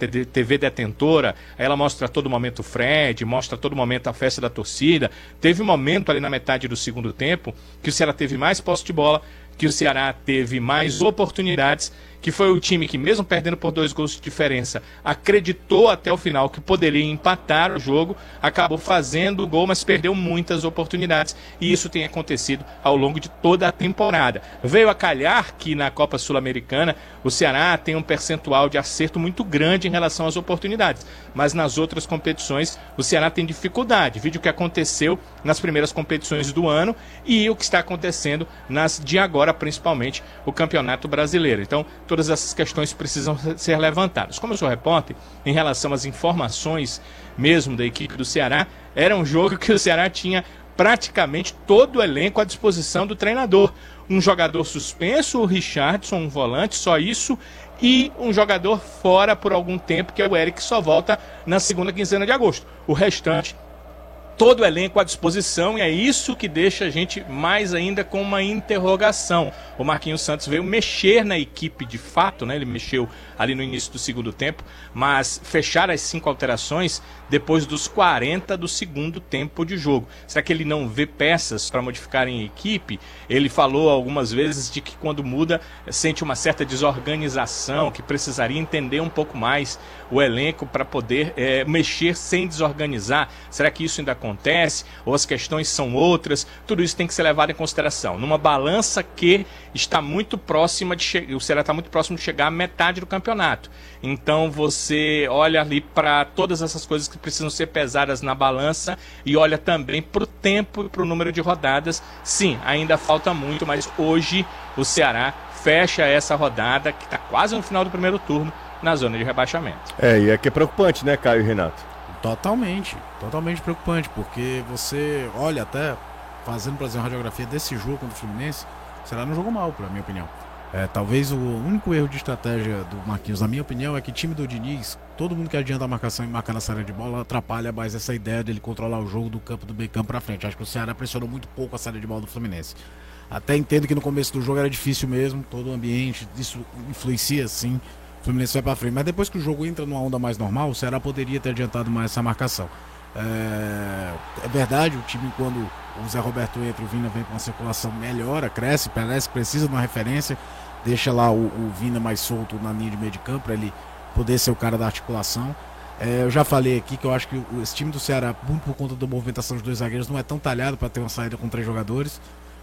[SPEAKER 5] T V Detentora. Ela mostra a todo momento o Fred, mostra a todo momento a festa da torcida. Teve um momento ali na metade do segundo tempo que o Ceará teve mais posse de bola, que o Ceará teve mais oportunidades, que foi o time que, mesmo perdendo por dois gols de diferença, acreditou até o final que poderia empatar o jogo, acabou fazendo o gol, mas perdeu muitas oportunidades, e isso tem acontecido ao longo de toda a temporada. Veio a calhar que na Copa Sul-Americana o Ceará tem um percentual de acerto muito grande em relação às oportunidades, mas nas outras competições o Ceará tem dificuldade. Vídeo que aconteceu nas primeiras competições do ano e o que está acontecendo nas de agora, principalmente o Campeonato Brasileiro. Então, todas essas questões precisam ser levantadas. Como eu sou repórter, em relação às informações mesmo da equipe do Ceará, era um jogo que o Ceará tinha praticamente todo o elenco à disposição do treinador. Um jogador suspenso, o Richardson, um volante, só isso, e um jogador fora por algum tempo, que é o Eric, que só volta na segunda quinzena de agosto. O restante, todo o elenco à disposição, e é isso que deixa a gente mais ainda com uma interrogação. O Marquinhos Santos veio mexer na equipe de fato, né? Ele mexeu ali no início do segundo tempo, mas fechar as cinco alterações depois dos quarenta do segundo tempo de jogo. Será que ele não vê peças para modificarem a equipe? Ele falou algumas vezes de que quando muda sente uma certa desorganização, que precisaria entender um pouco mais o elenco para poder é, mexer sem desorganizar. Será que isso ainda acontece? Ou as questões são outras? Tudo isso tem que ser levado em consideração. Numa balança que está muito próxima de chegar, o Ceará está muito próximo de chegar à metade do campeonato. Então você olha ali para todas essas coisas que precisam ser pesadas na balança e olha também para o tempo e para o número de rodadas. Sim, ainda falta muito, mas hoje o Ceará fecha essa rodada, que está quase no final do primeiro turno, na zona de rebaixamento.
[SPEAKER 1] É, e é que é preocupante, né, Caio e Renato?
[SPEAKER 7] Totalmente, totalmente preocupante, porque você olha até, fazendo, por exemplo, a radiografia desse jogo contra o Fluminense, o Ceará não jogou mal, na minha opinião. É, talvez o único erro de estratégia do Marquinhos, na minha opinião, é que time do Diniz, todo mundo que adianta a marcação e marcar na saída de bola, atrapalha mais essa ideia dele controlar o jogo do campo, do meio campo pra frente. Acho que o Ceará pressionou muito pouco a saída de bola do Fluminense. Até entendo que no começo do jogo era difícil mesmo, todo o ambiente, isso influencia sim. O Fluminense vai pra frente. Mas depois que o jogo entra numa onda mais normal, o Ceará poderia ter adiantado mais essa marcação. É, é verdade, o time, quando o Zé Roberto entra, o Vina vem com uma circulação, melhora, cresce, parece que precisa de uma referência, deixa lá o, o Vina mais solto na linha de meio de campo para ele poder ser o cara da articulação. É, eu já falei aqui que eu acho que o, esse time do Ceará, muito por conta da movimentação dos dois zagueiros, não é tão talhado para ter uma saída com três jogadores,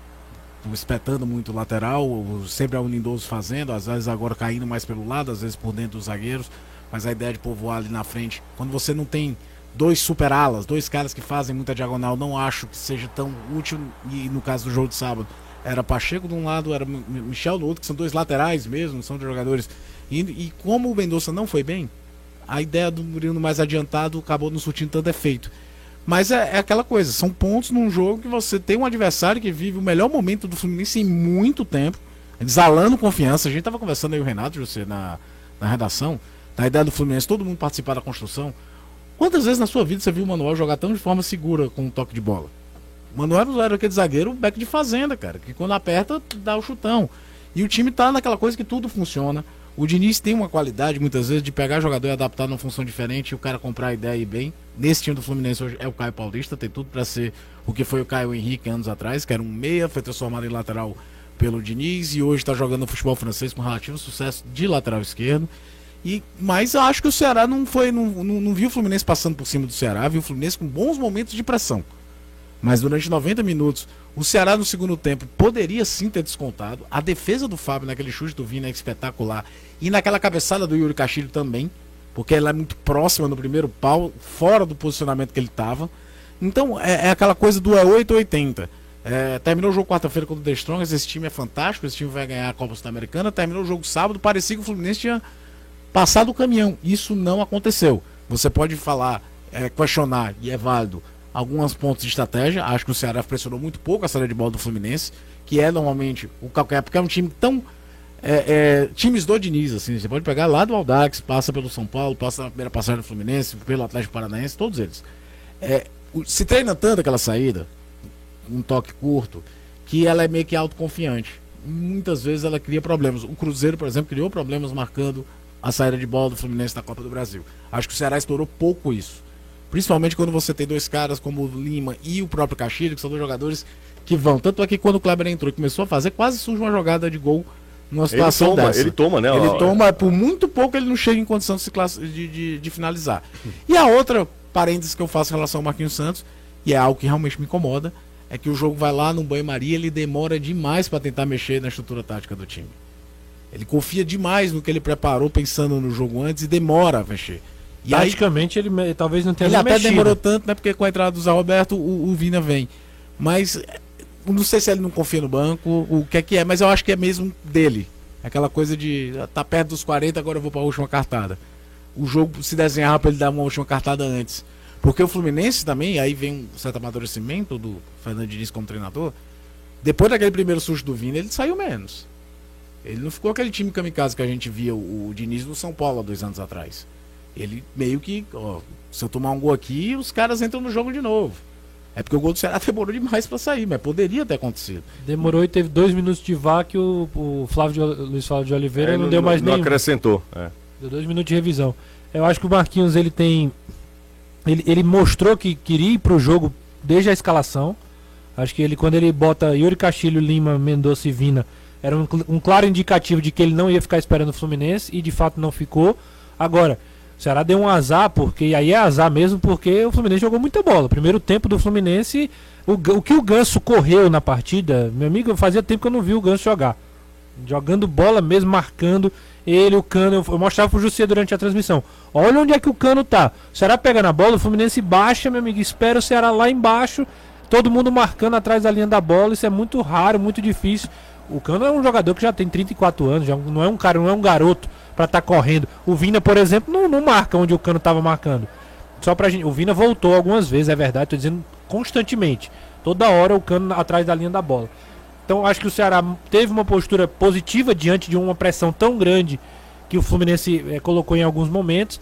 [SPEAKER 7] espetando muito o lateral, sempre é o Lindoso fazendo, às vezes agora caindo mais pelo lado, às vezes por dentro dos zagueiros, mas a ideia de povoar ali na frente, quando você não tem dois super alas, dois caras que fazem muita diagonal, não acho que seja tão útil. E no caso do jogo de sábado, era Pacheco de um lado, era Michel do outro, que são dois laterais mesmo, são de jogadores. E, e como o Mendonça não foi bem, a ideia do Murilo mais adiantado acabou não surtindo tanto efeito. Mas é, é aquela coisa, são pontos num jogo que você tem um adversário que vive o melhor momento do Fluminense em muito tempo, exalando confiança. A gente estava conversando aí, o Renato, você na, na redação, da ideia do Fluminense, todo mundo participar da construção. Quantas vezes na sua vida você viu o Manuel jogar tão de forma segura com um toque de bola? O Manuel era aquele zagueiro back de fazenda, cara, que quando aperta dá o chutão. E o time tá naquela coisa que tudo funciona. O Diniz tem uma qualidade muitas vezes de pegar jogador e adaptar numa função diferente e o cara comprar a ideia e ir bem. Nesse time do Fluminense hoje é o Caio Paulista, tem tudo para ser o que foi o Caio Henrique anos atrás, que era um meia, foi transformado em lateral pelo Diniz e hoje está jogando no futebol francês com relativo sucesso de lateral esquerdo. E, mas eu acho que o Ceará não foi, não, não, não viu o Fluminense passando por cima do Ceará, viu o Fluminense com bons momentos de pressão. Mas durante noventa minutos, o Ceará no segundo tempo poderia sim ter descontado. A defesa do Fábio naquele chute do Vina é espetacular. E naquela cabeçada do Yuri Castilho também, porque ela é muito próxima no primeiro pau, fora do posicionamento que ele estava. Então é, é aquela coisa do é oito ou oitenta. É, terminou o jogo quarta-feira contra o The Strongers, esse time é fantástico, esse time vai ganhar a Copa Sul-Americana. Terminou o jogo sábado, parecia que o Fluminense tinha passado o caminhão. Isso não aconteceu. Você pode falar, é, questionar, e é válido, alguns pontos de estratégia. Acho que o Ceará pressionou muito pouco a saída de bola do Fluminense, que é normalmente o calcanhar, porque é um time tão... É, é, times do Diniz, assim, você pode pegar lá do Audax, passa pelo São Paulo, passa na primeira passagem do Fluminense, pelo Atlético Paranaense, todos eles. É, se treina tanto aquela saída, um toque curto, que ela é meio que autoconfiante. Muitas vezes ela cria problemas. O Cruzeiro, por exemplo, criou problemas marcando a saída de bola do Fluminense na Copa do Brasil. Acho que o Ceará estourou pouco isso. Principalmente quando você tem dois caras como o Lima e o próprio Castilho, que são dois jogadores que vão. Tanto é que quando o Kleber entrou e começou a fazer, quase surge uma jogada de gol numa situação
[SPEAKER 1] ele toma,
[SPEAKER 7] dessa.
[SPEAKER 1] Ele toma, né?
[SPEAKER 7] Ele toma, por muito pouco ele não chega em condição de, se class... de, de, de finalizar. E a outra parênteses que eu faço em relação ao Marquinhos Santos, e é algo que realmente me incomoda, é que o jogo vai lá no banho-maria, ele demora demais para tentar mexer na estrutura tática do time. Ele confia demais no que ele preparou pensando no jogo antes e demora a mexer. E
[SPEAKER 8] Taticamente aí, ele talvez não tenha
[SPEAKER 7] Ele até
[SPEAKER 8] mexido.
[SPEAKER 7] demorou tanto, né? Porque com a entrada do Zé Roberto, o, o Vina vem. Mas não sei se ele não confia no banco, o que é que é, mas eu acho que é mesmo dele. Aquela coisa de tá perto dos quarenta, agora eu vou para a última cartada. O jogo se desenhava para ele dar uma última cartada antes. Porque o Fluminense também, aí vem um certo amadurecimento do Fernando Diniz como treinador. Depois daquele primeiro susto do Vina, ele saiu menos. Ele não ficou aquele time kamikaze que a gente via o, o Diniz no São Paulo há dois anos atrás. Ele meio que, ó, se eu tomar um gol aqui, os caras entram no jogo de novo. É porque o gol do Ceará demorou demais pra sair, mas poderia ter acontecido.
[SPEAKER 8] Demorou e teve dois minutos de vá que o, o Flávio de, Luiz Flávio de Oliveira é, não, não deu mais
[SPEAKER 1] nenhum.
[SPEAKER 8] Não
[SPEAKER 1] acrescentou. É.
[SPEAKER 8] Deu dois minutos de revisão. Eu acho que o Marquinhos, ele tem... Ele, ele mostrou que queria ir pro jogo desde a escalação. Acho que ele, quando ele bota Yuri Castilho, Lima, Mendonça e Vina, era um, um claro indicativo de que ele não ia ficar esperando o Fluminense, e de fato não ficou. Agora, o Ceará deu um azar, porque e aí é azar mesmo, porque o Fluminense jogou muita bola. Primeiro tempo do Fluminense, o, o que o Ganso correu na partida, meu amigo, fazia tempo que eu não vi o Ganso jogar. Jogando bola mesmo, marcando ele, o Cano. Eu, eu mostrava pro José durante a transmissão. Olha onde é que o Cano tá. O Ceará pega na bola, o Fluminense baixa, meu amigo, espera o Ceará lá embaixo, todo mundo marcando atrás da linha da bola. Isso é muito raro, muito difícil. O Cano é um jogador que já tem trinta e quatro anos, já não é um cara, não é um garoto pra estar tá correndo. O Vina, por exemplo, não, não marca onde o Cano tava marcando. Só pra gente, o Vina voltou algumas vezes, é verdade, tô dizendo constantemente. Toda hora o Cano atrás da linha da bola. Então acho que o Ceará teve uma postura positiva diante de uma pressão tão grande que o Fluminense é, colocou em alguns momentos.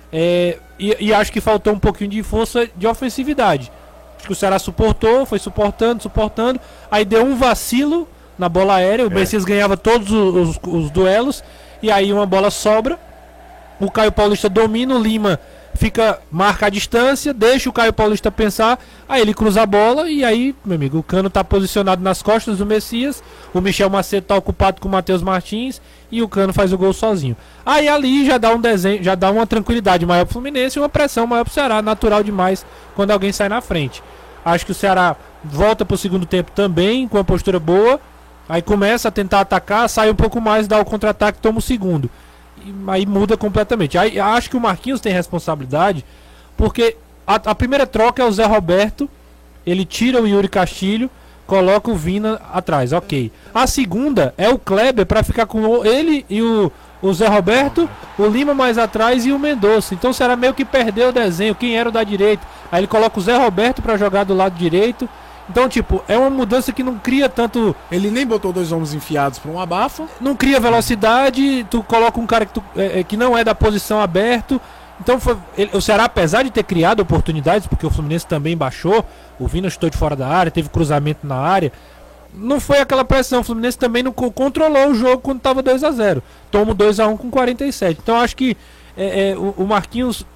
[SPEAKER 8] É, e, e acho que faltou um pouquinho de força de ofensividade. Acho que o Ceará suportou, foi suportando, suportando. Aí deu um vacilo, na bola aérea, o é. Messias ganhava todos os, os, os duelos, e aí uma bola sobra, o Caio Paulista domina, o Lima fica, marca a distância, deixa o Caio Paulista pensar, aí ele cruza a bola, e aí, meu amigo, o Cano tá posicionado nas costas do Messias, o Michel Macedo tá ocupado com o Matheus Martins, e o Cano faz o gol sozinho. Aí ali já dá um desenho, já dá uma tranquilidade maior pro Fluminense e uma pressão maior pro Ceará, natural demais quando alguém sai na frente. Acho que o Ceará volta pro segundo tempo também, com uma postura boa, aí começa a tentar atacar, sai um pouco mais, dá o contra-ataque, toma o segundo. E aí muda completamente. Aí acho que o Marquinhos tem responsabilidade, porque a, a primeira troca é o Zé Roberto, ele tira o Yuri Castilho, coloca o Vina atrás, ok. A segunda é o Kleber para ficar com ele e o, o Zé Roberto, o Lima mais atrás e o Mendonça. Então o Ceará meio que perdeu o desenho, quem era o da direita. Aí ele coloca o Zé Roberto para jogar do lado direito. Então, tipo, é uma mudança que não cria tanto...
[SPEAKER 7] Ele nem botou dois homens enfiados para um abafa.
[SPEAKER 8] Não cria velocidade, tu coloca um cara que, tu, é, que não é da posição aberto. Então, foi, ele, o Ceará, apesar de ter criado oportunidades, porque o Fluminense também baixou, o Vina chutou de fora da área, teve cruzamento na área, não foi aquela pressão. O Fluminense também não controlou o jogo quando estava dois a zero. Toma dois a um com quarenta e sete. Então, acho que é, é, o, o Marquinhos...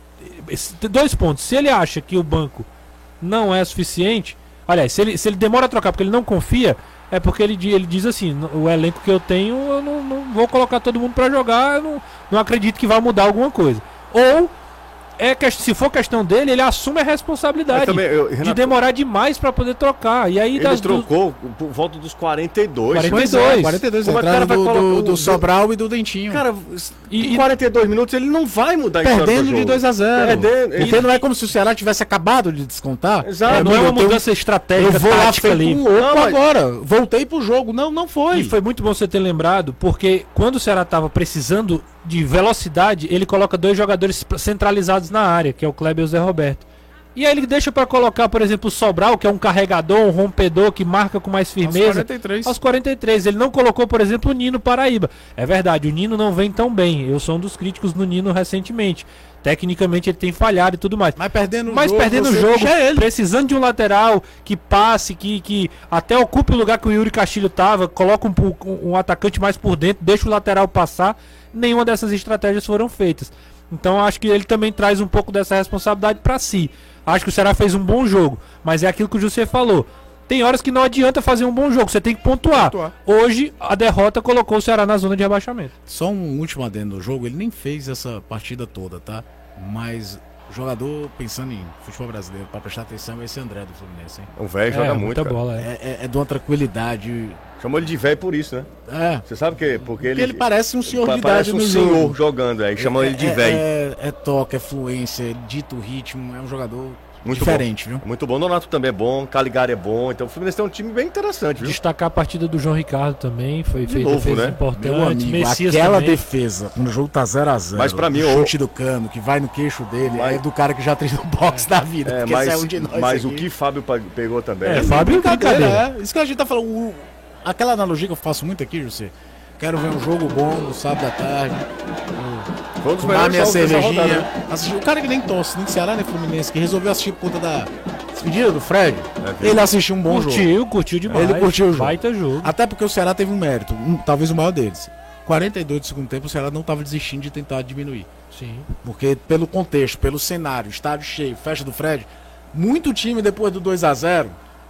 [SPEAKER 8] Dois pontos. Se ele acha que o banco não é suficiente... Aliás, se ele, se ele demora a trocar porque ele não confia, é porque ele, ele diz assim, o elenco que eu tenho, eu não, não vou colocar todo mundo pra jogar, eu não, não acredito que vai mudar alguma coisa. Ou, é que, se for questão dele, ele assume a responsabilidade também, eu, Renato, de demorar demais pra poder trocar. E aí
[SPEAKER 1] ele
[SPEAKER 8] das
[SPEAKER 1] trocou du... por volta dos quarenta e dois.
[SPEAKER 8] quarenta e dois.
[SPEAKER 7] quarenta e dois, como é que o cara vai do, colocar do, do Sobral e do Dentinho.
[SPEAKER 1] Cara, e, em quarenta e dois minutos ele não vai mudar a história
[SPEAKER 7] perdendo do jogo. De dois a zero. Perdendo. Porque e... não é como se o Ceará tivesse acabado de descontar.
[SPEAKER 8] Exato. É, não é uma mudança um... estratégica,
[SPEAKER 7] eu vou
[SPEAKER 8] tática
[SPEAKER 7] lá
[SPEAKER 8] ali.
[SPEAKER 7] Um louco mas... agora. Voltei pro jogo. Não, não foi.
[SPEAKER 8] E foi muito bom você ter lembrado, porque quando o Ceará tava precisando de velocidade, ele coloca dois jogadores centralizados na área, que é o Kleber e o Zé Roberto. E aí ele deixa para colocar, por exemplo, o Sobral, que é um carregador, um rompedor, que marca com mais firmeza. Aos
[SPEAKER 7] quarenta e três.
[SPEAKER 8] Aos quarenta e três. Ele não colocou, por exemplo, o Nino Paraíba. É verdade, o Nino não vem tão bem. Eu sou um dos críticos do Nino recentemente. Tecnicamente ele tem falhado e tudo mais.
[SPEAKER 7] Mas perdendo o
[SPEAKER 8] Mas
[SPEAKER 7] jogo,
[SPEAKER 8] perdendo o jogo, precisando de um lateral que passe, que, que até ocupe o lugar que o Yuri Castilho tava, coloca um, um, um atacante mais por dentro, deixa o lateral passar. Nenhuma dessas estratégias foram feitas. Então acho que ele também traz um pouco dessa responsabilidade para si. Acho que o Ceará fez um bom jogo, mas é aquilo que o José falou. Tem horas que não adianta fazer um bom jogo, você tem que pontuar. pontuar. Hoje a derrota colocou o Ceará na zona de rebaixamento.
[SPEAKER 7] Só um último adendo no jogo, ele nem fez essa partida toda, tá? Mas o jogador pensando em futebol brasileiro, para prestar atenção, é esse André do Fluminense, hein?
[SPEAKER 1] O velho joga
[SPEAKER 8] é,
[SPEAKER 1] muito, cara.
[SPEAKER 8] Bola, é.
[SPEAKER 7] É, é, é de uma tranquilidade.
[SPEAKER 1] Chamou ele de velho por isso, né?
[SPEAKER 7] É.
[SPEAKER 1] Você sabe que porque, porque
[SPEAKER 7] ele, ele parece um senhor de
[SPEAKER 1] parece
[SPEAKER 7] idade
[SPEAKER 1] um
[SPEAKER 7] no
[SPEAKER 1] senhor
[SPEAKER 7] jogo.
[SPEAKER 1] jogando aí, chamou
[SPEAKER 7] é,
[SPEAKER 1] ele de
[SPEAKER 7] é,
[SPEAKER 1] velho.
[SPEAKER 7] É, é toque, é fluência, é dito ritmo, é um jogador
[SPEAKER 1] muito
[SPEAKER 7] diferente,
[SPEAKER 1] bom.
[SPEAKER 7] viu?
[SPEAKER 1] Muito bom. Nonato também é bom, Caligari é bom, então o Fluminense tem um time bem interessante, viu?
[SPEAKER 8] Destacar a partida do João Ricardo também, foi feita defesa né? importante.
[SPEAKER 7] Meu amigo,
[SPEAKER 8] Messias
[SPEAKER 7] aquela
[SPEAKER 8] também.
[SPEAKER 7] defesa, quando o jogo tá zero a zero,
[SPEAKER 1] mas pra mim,
[SPEAKER 7] o chute do Cano, que vai no queixo dele, mas... é do cara que já treinou boxe é. da vida,
[SPEAKER 1] é,
[SPEAKER 7] porque
[SPEAKER 1] mas,
[SPEAKER 7] é um de nós
[SPEAKER 1] Mas
[SPEAKER 7] aqui.
[SPEAKER 1] O que Fábio pegou também.
[SPEAKER 8] É, Fábio brincadeira.
[SPEAKER 7] É, isso que a gente tá falando, o... aquela analogia que eu faço muito aqui, José, quero ver um jogo bom no sábado à tarde,
[SPEAKER 1] Foi um dos
[SPEAKER 7] tomar minha cervejinha,
[SPEAKER 1] rodada,
[SPEAKER 7] assistir. O cara que nem torce, nem Ceará, nem Fluminense, que resolveu assistir por conta da despedida do Fred, é, ele assistiu um bom
[SPEAKER 8] curtiu,
[SPEAKER 7] jogo.
[SPEAKER 8] Curtiu, curtiu demais.
[SPEAKER 7] Ele curtiu o jogo.
[SPEAKER 8] Baita jogo.
[SPEAKER 7] Até porque o Ceará teve um mérito, um, talvez o maior deles. quarenta e dois do segundo tempo, o Ceará não estava desistindo de tentar diminuir.
[SPEAKER 8] Sim.
[SPEAKER 7] Porque pelo contexto, pelo cenário, estádio cheio, festa do Fred, muito time depois do dois a zero,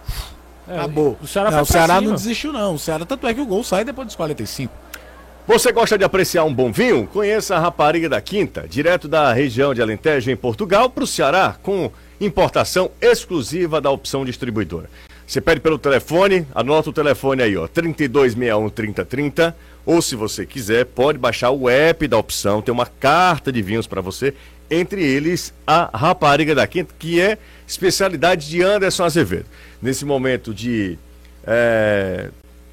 [SPEAKER 7] é, acabou.
[SPEAKER 8] O Ceará,
[SPEAKER 7] não, o Ceará não
[SPEAKER 8] desistiu.
[SPEAKER 7] desistiu não, o Ceará tanto é que o gol sai depois dos quarenta e cinco.
[SPEAKER 1] Você gosta de apreciar um bom vinho? Conheça a Rapariga da Quinta, direto da região de Alentejo, em Portugal, para o Ceará, com importação exclusiva da Opção Distribuidora. Você pede pelo telefone, anota o telefone aí, ó, trinta e dois sessenta e um, trinta trinta, ou se você quiser, pode baixar o app da Opção, tem uma carta de vinhos para você, entre eles a Rapariga da Quinta, que é especialidade de Anderson Azevedo. Nesse momento de... É...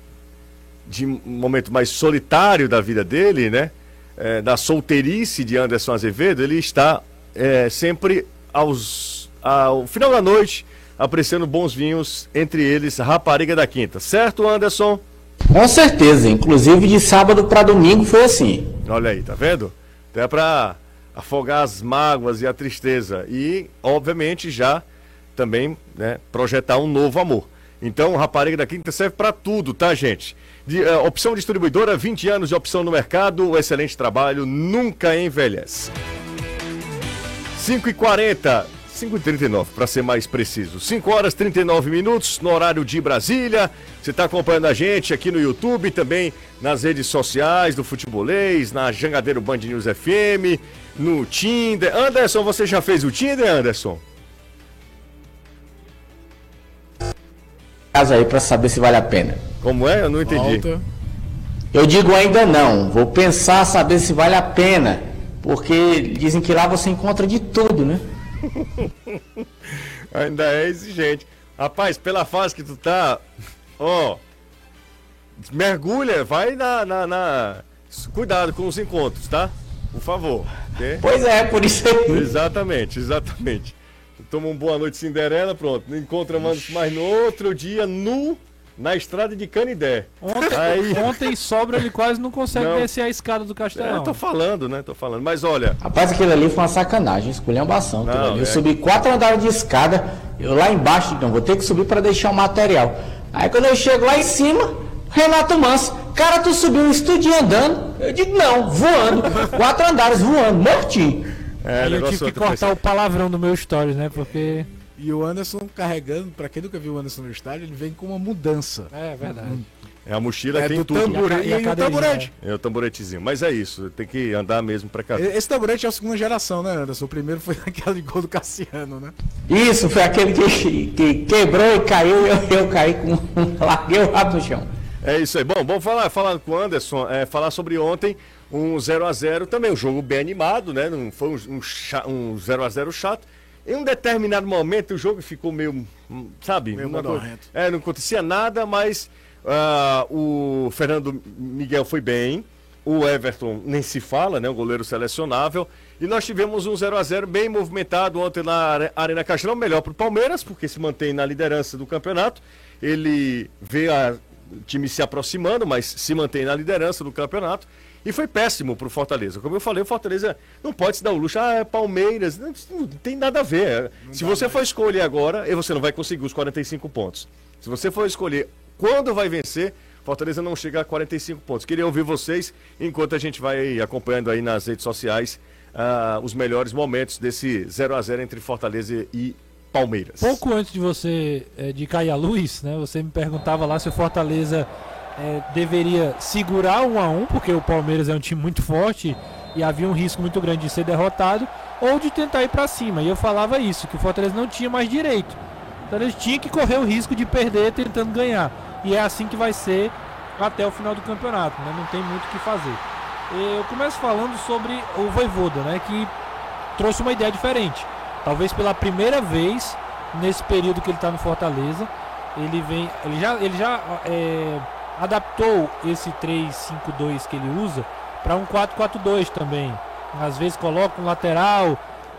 [SPEAKER 1] de um momento mais solitário da vida dele, né? É, da solteirice de Anderson Azevedo, ele está é, sempre aos, ao final da noite apreciando bons vinhos, entre eles a Rapariga da Quinta. Certo, Anderson?
[SPEAKER 4] Com certeza, inclusive de sábado para domingo foi assim.
[SPEAKER 1] Olha aí, tá vendo? Até para afogar as mágoas e a tristeza e, obviamente, já também, né, projetar um novo amor. Então, Rapariga da Quinta serve para tudo, tá, gente? De, uh, opção distribuidora, vinte anos de opção no mercado, um excelente trabalho, nunca envelhece. cinco e quarenta, cinco e trinta e nove, para ser mais preciso. cinco horas e trinta e nove minutos, no horário de Brasília. Você está acompanhando a gente aqui no YouTube, também nas redes sociais do Futebolês, na Jangadeiro Band News F M, no Tinder. Anderson, você já fez o Tinder, Anderson?
[SPEAKER 4] Caso aí para saber se vale a pena.
[SPEAKER 1] Como é? Eu não entendi.
[SPEAKER 7] Volta.
[SPEAKER 4] Eu digo ainda não. Vou pensar, saber se vale a pena. Porque dizem que lá você encontra de tudo, né?
[SPEAKER 1] Ainda é exigente. Rapaz, pela fase que tu tá, ó, mergulha, vai na, na, na... Cuidado com os encontros, tá? Por favor. Okay?
[SPEAKER 4] Pois é, por isso aí.
[SPEAKER 1] Exatamente, exatamente. Toma um boa noite Cinderela, pronto. Não encontra mais no outro dia, nu, na estrada de Canidé.
[SPEAKER 8] Ontem,
[SPEAKER 1] Aí...
[SPEAKER 8] ontem sobra, ele quase não consegue
[SPEAKER 1] Não.
[SPEAKER 8] descer a escada do Castelão.
[SPEAKER 1] É, tô falando, né? Tô falando. Mas olha...
[SPEAKER 4] Rapaz, aquilo ali foi uma sacanagem, esculhambação.
[SPEAKER 1] Não,
[SPEAKER 4] ali. Eu
[SPEAKER 1] é.
[SPEAKER 4] subi quatro andares de escada, eu lá embaixo, não, vou ter que subir para deixar o material. Aí quando eu chego lá em cima, Renato Manso, cara, tu subiu um estudinho andando? Eu digo, não, voando. Quatro andares voando, mortinho.
[SPEAKER 1] É,
[SPEAKER 8] Aí eu tive que cortar o palavrão do meu stories, né? Porque...
[SPEAKER 7] E o Anderson carregando, pra quem nunca viu o Anderson no estádio, ele vem com uma mudança.
[SPEAKER 8] É verdade.
[SPEAKER 1] É a mochila,
[SPEAKER 7] É
[SPEAKER 1] tem
[SPEAKER 7] do
[SPEAKER 1] tudo.
[SPEAKER 7] tamborete
[SPEAKER 8] E a- e a
[SPEAKER 7] e o
[SPEAKER 8] cadeirinha,
[SPEAKER 7] tamborete.
[SPEAKER 1] É o tamboretezinho. Mas é isso, tem que andar mesmo pra cá.
[SPEAKER 7] Esse tamborete é a segunda geração, né, Anderson? O primeiro foi aquele de gol do Cassiano, né?
[SPEAKER 4] Isso, foi aquele que, que quebrou e caiu, e eu, eu caí com. Larguei o rabo no chão.
[SPEAKER 1] É isso aí. Bom, vamos falar, falar com o Anderson, é, falar sobre ontem, um zero a zero, também um jogo bem animado, né? Não foi um, um, cha- um zero a zero chato. Em um determinado momento o jogo ficou meio, hum, sabe?
[SPEAKER 7] Meio
[SPEAKER 1] uma coisa-
[SPEAKER 7] modorrento.
[SPEAKER 1] é, não acontecia nada, mas ah, o Fernando Miguel foi bem, o Everton nem se fala, né? O goleiro selecionável. E nós tivemos um zero a zero bem movimentado ontem na Are- Arena Castelão, melhor para o Palmeiras, porque se mantém na liderança do campeonato. Ele vê a o time se aproximando, mas se mantém na liderança do campeonato. E foi péssimo pro Fortaleza. Como eu falei, o Fortaleza não pode se dar o luxo. Ah, é Palmeiras. Não, não tem nada a ver.
[SPEAKER 7] Não
[SPEAKER 1] se
[SPEAKER 7] dá
[SPEAKER 1] você
[SPEAKER 7] mais.
[SPEAKER 1] for escolher agora, e você não vai conseguir os quarenta e cinco pontos. Se você for escolher quando vai vencer, Fortaleza não chega a quarenta e cinco pontos. Queria ouvir vocês, enquanto a gente vai acompanhando aí nas redes sociais ah, os melhores momentos desse zero a zero entre Fortaleza e Palmeiras.
[SPEAKER 8] Pouco antes de você eh, de cair a luz, né? Você me perguntava lá se o Fortaleza eh, deveria segurar um a um, porque o Palmeiras é um time muito forte e havia um risco muito grande de ser derrotado, ou de tentar ir para cima. E eu falava isso, que o Fortaleza não tinha mais direito. O Fortaleza tinha que correr o risco de perder tentando ganhar. E é assim que vai ser até o final do campeonato, né? Não tem muito o que fazer. Eu começo falando sobre o Vojvoda, né? Que trouxe uma ideia diferente. Talvez pela primeira vez nesse período que ele está no Fortaleza, ele vem, ele já, ele já é, adaptou esse três cinco dois que ele usa para um quatro quatro dois também. Às vezes coloca um lateral,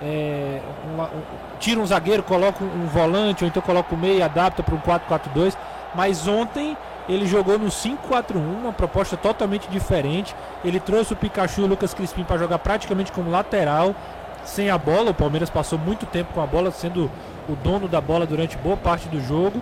[SPEAKER 8] é, um, um, tira um zagueiro, coloca um, um volante, ou então coloca o meio e adapta para um quatro quatro dois. Mas ontem ele jogou no cinco quatro um, uma proposta totalmente diferente. Ele trouxe o Pikachu e o Lucas Crispim para jogar praticamente como lateral, sem a bola. O Palmeiras passou muito tempo com a bola, sendo o dono da bola durante boa parte do jogo.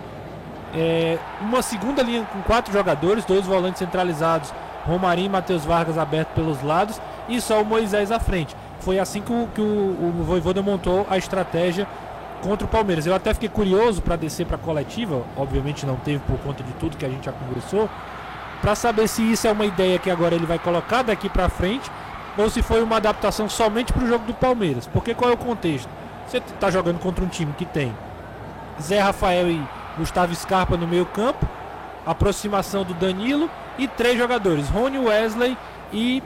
[SPEAKER 8] É, uma segunda linha com quatro jogadores, dois volantes centralizados, Romarinho e Matheus Vargas abertos pelos lados, e só o Moisés à frente. Foi assim que o, que o, o Vojvoda montou a estratégia contra o Palmeiras. Eu até fiquei curioso para descer para a coletiva, obviamente não teve por conta de tudo que a gente já conversou, para saber se isso é uma ideia que agora ele vai colocar daqui para frente, ou se foi uma adaptação somente para o jogo do Palmeiras. Porque qual é o contexto? Você está jogando contra um time que tem Zé Rafael e Gustavo Scarpa no meio campo, aproximação do Danilo e três jogadores, Rony, Wesley e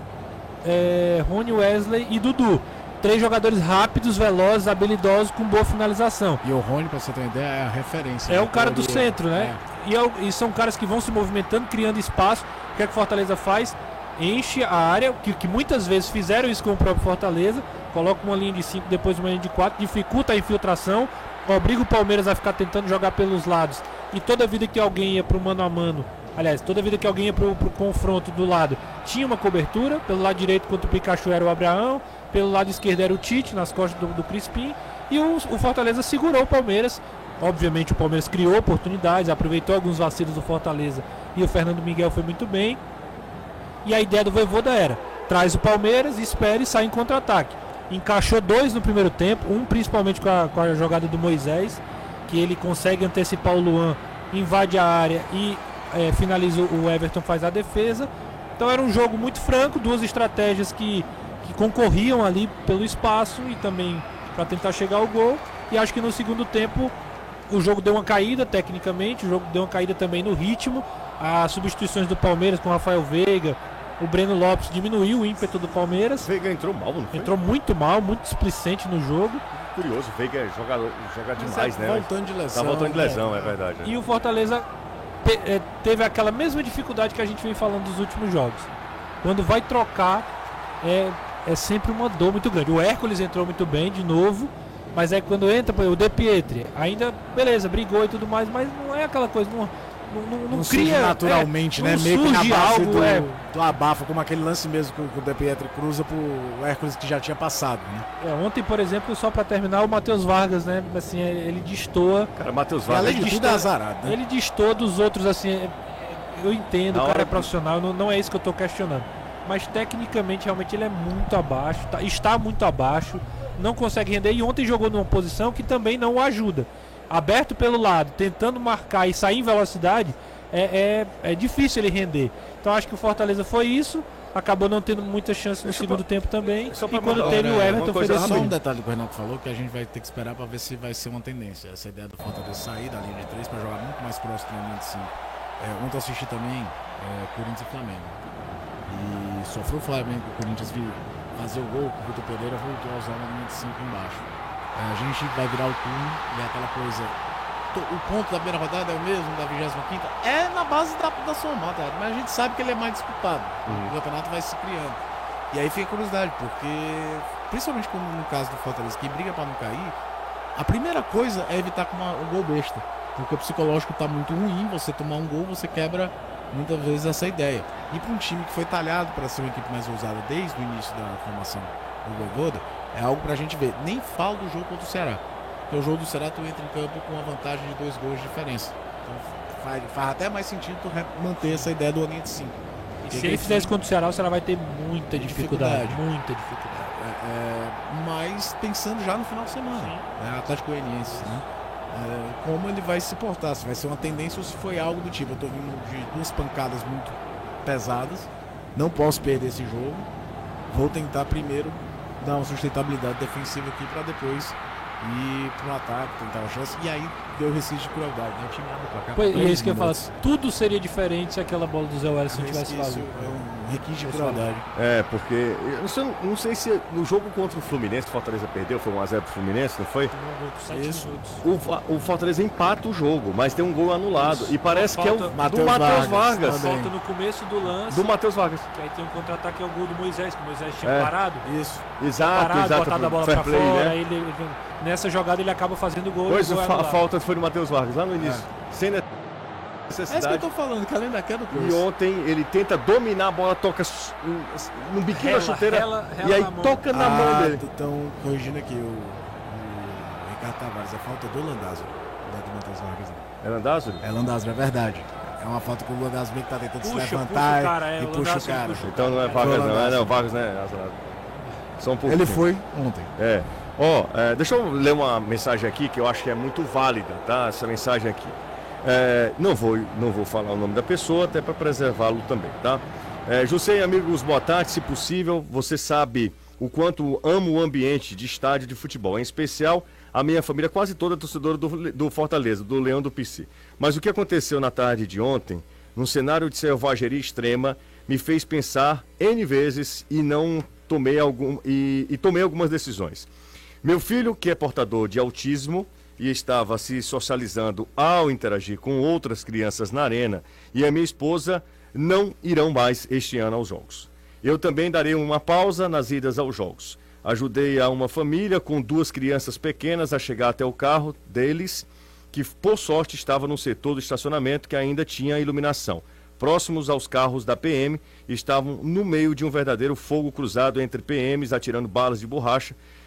[SPEAKER 8] é, Rony, Wesley e Dudu. Três jogadores rápidos, velozes, habilidosos, com boa finalização.
[SPEAKER 7] E o Rony, pra você ter uma ideia, é a referência.
[SPEAKER 8] É
[SPEAKER 7] né?
[SPEAKER 8] o cara do
[SPEAKER 7] Teoria.
[SPEAKER 8] centro, né?
[SPEAKER 7] É.
[SPEAKER 8] E, é o- e são caras que vão se movimentando, criando espaço. O que é que o Fortaleza faz? Enche a área, que, que muitas vezes fizeram isso com o próprio Fortaleza. Coloca uma linha de cinco, depois uma linha de quatro, dificulta a infiltração, obriga o Palmeiras a ficar tentando jogar pelos lados. E toda vida que alguém ia pro mano a mano, aliás, toda vida que alguém ia pro, pro confronto do lado, tinha uma cobertura. Pelo lado direito, contra o Pikachu era o Abraão, pelo lado esquerdo era o Tite, nas costas do, do Crispim, E o, o Fortaleza segurou o Palmeiras. Obviamente o Palmeiras criou oportunidades, aproveitou alguns vacilos do Fortaleza e o Fernando Miguel foi muito bem. E a ideia do Vojvoda era: traz o Palmeiras, espere e sai em contra-ataque. Encaixou dois no primeiro tempo, um principalmente com a, com a jogada do Moisés, que ele consegue antecipar o Luan, invade a área e é, finaliza o Everton, faz a defesa. Então era um jogo muito franco, duas estratégias que, que concorriam ali pelo espaço e também para tentar chegar ao gol. E acho que no segundo tempo o jogo deu uma caída tecnicamente, o jogo deu uma caída também no ritmo. As substituições do Palmeiras com o Rafael Veiga, o Breno Lopes diminuiu o ímpeto do Palmeiras.
[SPEAKER 1] Veiga entrou mal, não foi?
[SPEAKER 8] Entrou muito mal, muito displicente no jogo.
[SPEAKER 1] Curioso, o Veiga joga, joga demais,
[SPEAKER 7] é,
[SPEAKER 1] né?
[SPEAKER 7] Voltando de lesão.
[SPEAKER 1] Tá voltando de lesão, é,
[SPEAKER 7] é
[SPEAKER 1] verdade.
[SPEAKER 8] E o Fortaleza te, é, teve aquela mesma dificuldade que a gente vem falando dos últimos jogos. Quando vai trocar, é, é sempre uma dor muito grande. O Hércules entrou muito bem de novo, mas é quando entra o De Pietri, ainda, beleza, brigou e tudo mais, mas não é aquela coisa, não, não, não, não cria...
[SPEAKER 7] naturalmente,
[SPEAKER 8] é,
[SPEAKER 7] né?
[SPEAKER 8] Não
[SPEAKER 7] Meio que na
[SPEAKER 8] surge
[SPEAKER 7] base
[SPEAKER 8] algo,
[SPEAKER 7] do,
[SPEAKER 8] é,
[SPEAKER 7] do abafa, como aquele lance mesmo que o, que o De Pietri cruza pro Hércules que já tinha passado, né?
[SPEAKER 8] É, ontem, por exemplo, só pra terminar, o Matheus Vargas, né? Assim, ele destoa...
[SPEAKER 1] Cara, Matheus
[SPEAKER 7] E
[SPEAKER 1] Vargas...
[SPEAKER 7] além de tudo é azarado, né?
[SPEAKER 8] Ele destoa dos outros, assim, é, eu entendo,
[SPEAKER 1] Na
[SPEAKER 8] o cara
[SPEAKER 1] hora
[SPEAKER 8] é profissional, não, não é isso que eu tô questionando. Mas tecnicamente, realmente, ele é muito abaixo, tá, está muito abaixo, não consegue render. E ontem jogou numa posição que também não o ajuda. Aberto pelo lado, tentando marcar e sair em velocidade, é, é, é difícil ele render. Então acho que o Fortaleza foi isso, acabou não tendo muita chance no
[SPEAKER 1] Deixa
[SPEAKER 8] segundo
[SPEAKER 1] pra,
[SPEAKER 8] tempo também.
[SPEAKER 1] Só
[SPEAKER 8] E quando teve o Everton, foi
[SPEAKER 7] Só um detalhe que o Renato falou, que a gente vai ter que esperar para ver se vai ser uma tendência. Essa ideia do Fortaleza sair da linha de três para jogar muito mais próximo da linha de cinco. É, ontem eu assisti também é, Corinthians e Flamengo. E sofreu o Flamengo, o Corinthians viu fazer o gol, o Vitor Pereira voltou a usar uma linha de cinco embaixo. É, a gente vai virar o turno e é aquela coisa... O ponto da primeira rodada é o mesmo, da vigésima quinta, é na base da, da soma, tá? Mas a gente sabe que ele é mais disputado. Uhum. O campeonato vai se criando. E aí fica a curiosidade, porque, principalmente como no caso do Fortaleza, que briga para não cair, a primeira coisa é evitar com uma, um gol besta. Porque o psicológico tá muito ruim, você tomar um gol, você quebra muitas vezes essa ideia. E para um time que foi talhado para ser uma equipe mais ousada desde o início da formação do Vojvoda, é algo pra gente ver. Nem falo do jogo contra o Ceará. Porque o jogo do Ceará tu entra em campo com uma vantagem de dois gols de diferença. Então faz, faz até mais sentido tu manter essa ideia do linha de cinco.
[SPEAKER 8] E se ele fizer isso contra o Ceará, o Ceará vai ter muita dificuldade. dificuldade. Muita dificuldade.
[SPEAKER 7] É, é, mas pensando já no final de semana, né? Atlético Goianiense, né? É, como ele vai se portar, se vai ser uma tendência ou se foi algo do tipo, eu tô vindo de duas pancadas muito pesadas, não posso perder esse jogo, vou tentar primeiro dar uma sustentabilidade defensiva aqui para depois ir pro ataque, tentar uma chance, e aí deu resquício de crueldade, né? O time abre pra cá.
[SPEAKER 8] Pois, e é isso que eu falo, tudo seria diferente se aquela bola do Zé Wellington tivesse
[SPEAKER 7] falado. É um requinte de crueldade.
[SPEAKER 1] É, porque eu não sei, não sei se no jogo contra o Fluminense, o Fortaleza perdeu, foi um a zero pro Fluminense, não foi?
[SPEAKER 7] Isso.
[SPEAKER 1] O, o Fortaleza empata o jogo, mas tem um gol anulado. Isso. E parece
[SPEAKER 8] falta,
[SPEAKER 1] que é o
[SPEAKER 7] Mateus
[SPEAKER 1] do Matheus
[SPEAKER 7] Vargas.
[SPEAKER 1] Vargas.
[SPEAKER 8] Falta no começo do lance.
[SPEAKER 1] Do Matheus Vargas.
[SPEAKER 8] Que aí tem um contra-ataque, é o gol do Moisés, que o Moisés tinha
[SPEAKER 1] É.
[SPEAKER 8] parado.
[SPEAKER 7] Isso.
[SPEAKER 1] Exato,
[SPEAKER 8] Parado,
[SPEAKER 1] exato.
[SPEAKER 8] botado a bola
[SPEAKER 1] Fair
[SPEAKER 8] pra
[SPEAKER 1] play,
[SPEAKER 8] fora,
[SPEAKER 1] né?
[SPEAKER 8] aí ele, nessa jogada ele acaba fazendo gol.
[SPEAKER 1] Pois
[SPEAKER 8] e o gol é
[SPEAKER 1] a
[SPEAKER 8] anulado.
[SPEAKER 1] falta foi do Matheus Vargas, lá no início.
[SPEAKER 7] É.
[SPEAKER 1] Sem
[SPEAKER 7] É isso que eu
[SPEAKER 1] necessidade.
[SPEAKER 7] tô falando, que além da queda do
[SPEAKER 1] E ontem ele tenta dominar a bola, toca no biquinho da
[SPEAKER 8] Rela,
[SPEAKER 1] chuteira
[SPEAKER 8] rela, rela
[SPEAKER 1] e aí
[SPEAKER 8] na mão.
[SPEAKER 1] toca na
[SPEAKER 7] ah,
[SPEAKER 1] mão dele.
[SPEAKER 7] Estão corrigindo aqui o, o Ricardo Tavares, a falta do Landázuri, não é do Matheus Vargas.
[SPEAKER 1] É Landázuri?
[SPEAKER 7] É Landázuri, é verdade. É uma falta que o Landázuri meio que tá tentando
[SPEAKER 8] Puxa,
[SPEAKER 7] se levantar
[SPEAKER 8] puxa o cara, é,
[SPEAKER 7] e
[SPEAKER 8] o
[SPEAKER 7] puxa o
[SPEAKER 8] Landázuri
[SPEAKER 7] cara.
[SPEAKER 8] puxa o
[SPEAKER 1] Então não é
[SPEAKER 7] Foi
[SPEAKER 1] Vargas
[SPEAKER 7] o
[SPEAKER 1] não, é
[SPEAKER 7] Landázuri.
[SPEAKER 1] não, Vargas não é azarado. Só um pouquinho.
[SPEAKER 7] Ele foi ontem.
[SPEAKER 1] É. Ó, é, deixa eu ler uma mensagem aqui que eu acho que é muito válida, tá? Essa mensagem aqui. É, não, vou, não vou falar o nome da pessoa, até para preservá-lo também, tá? É, José e amigos, boa tarde. Se possível, você sabe o quanto amo o ambiente de estádio de futebol. Em especial, a minha família quase toda é torcedora do, do Fortaleza, do Leão do P C. Mas o que aconteceu na tarde de ontem, num cenário de selvageria extrema, me fez pensar N vezes e não tomei algum e, e tomei algumas decisões. Meu filho, que é portador de autismo e estava se socializando ao interagir com outras crianças na arena, e a minha esposa não irão mais este ano aos jogos. Eu também darei uma pausa nas idas aos jogos. Ajudei a uma família com duas crianças pequenas a chegar até o carro deles, que por sorte estava no setor do estacionamento que ainda tinha iluminação. Próximos aos carros da P M, estavam no meio de um verdadeiro fogo cruzado entre P Ms atirando balas de borracha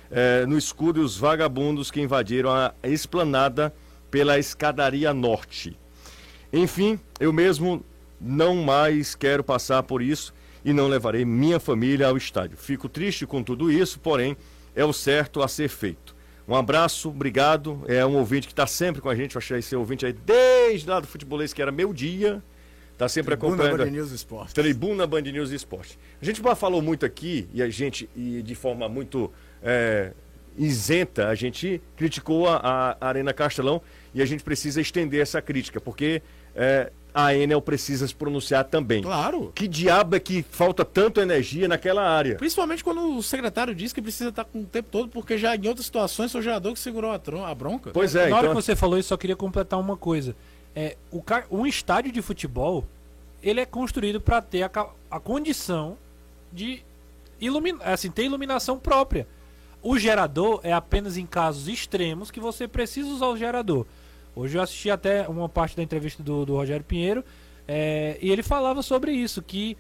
[SPEAKER 1] é, no escudo e os vagabundos que invadiram a esplanada pela escadaria norte. Enfim, eu mesmo não mais quero passar por isso e não levarei minha família ao estádio. Fico triste com tudo isso, porém é o certo a ser feito. Um abraço, obrigado. É um ouvinte que está sempre com a gente. Eu achei esse ouvinte aí desde lá do Futebolês, que era meio dia. Está sempre
[SPEAKER 7] Tribuna
[SPEAKER 1] acompanhando.
[SPEAKER 7] Band News Esporte.
[SPEAKER 1] Tribuna Band News Esporte. A gente já falou muito aqui, e a gente, e de forma muito é, isenta, a gente criticou a, a Arena Castelão e a gente precisa estender essa crítica, porque é, a Enel precisa se pronunciar também.
[SPEAKER 7] Claro.
[SPEAKER 1] Que diabo é que falta tanta energia naquela área?
[SPEAKER 7] Principalmente quando o secretário diz que precisa estar com o tempo todo, porque já em outras situações foi o jogador que segurou a, tron a bronca.
[SPEAKER 1] Pois é,
[SPEAKER 8] Na hora
[SPEAKER 1] então...
[SPEAKER 8] que você falou isso, só queria completar uma coisa. É, o car... Um estádio de futebol, ele é construído para ter a, a condição de ilumin... assim, ter iluminação própria. O gerador é apenas em casos extremos que você precisa usar o gerador. Hoje eu assisti até uma parte da entrevista do, do Rogério Pinheiro, é, e ele falava sobre isso, que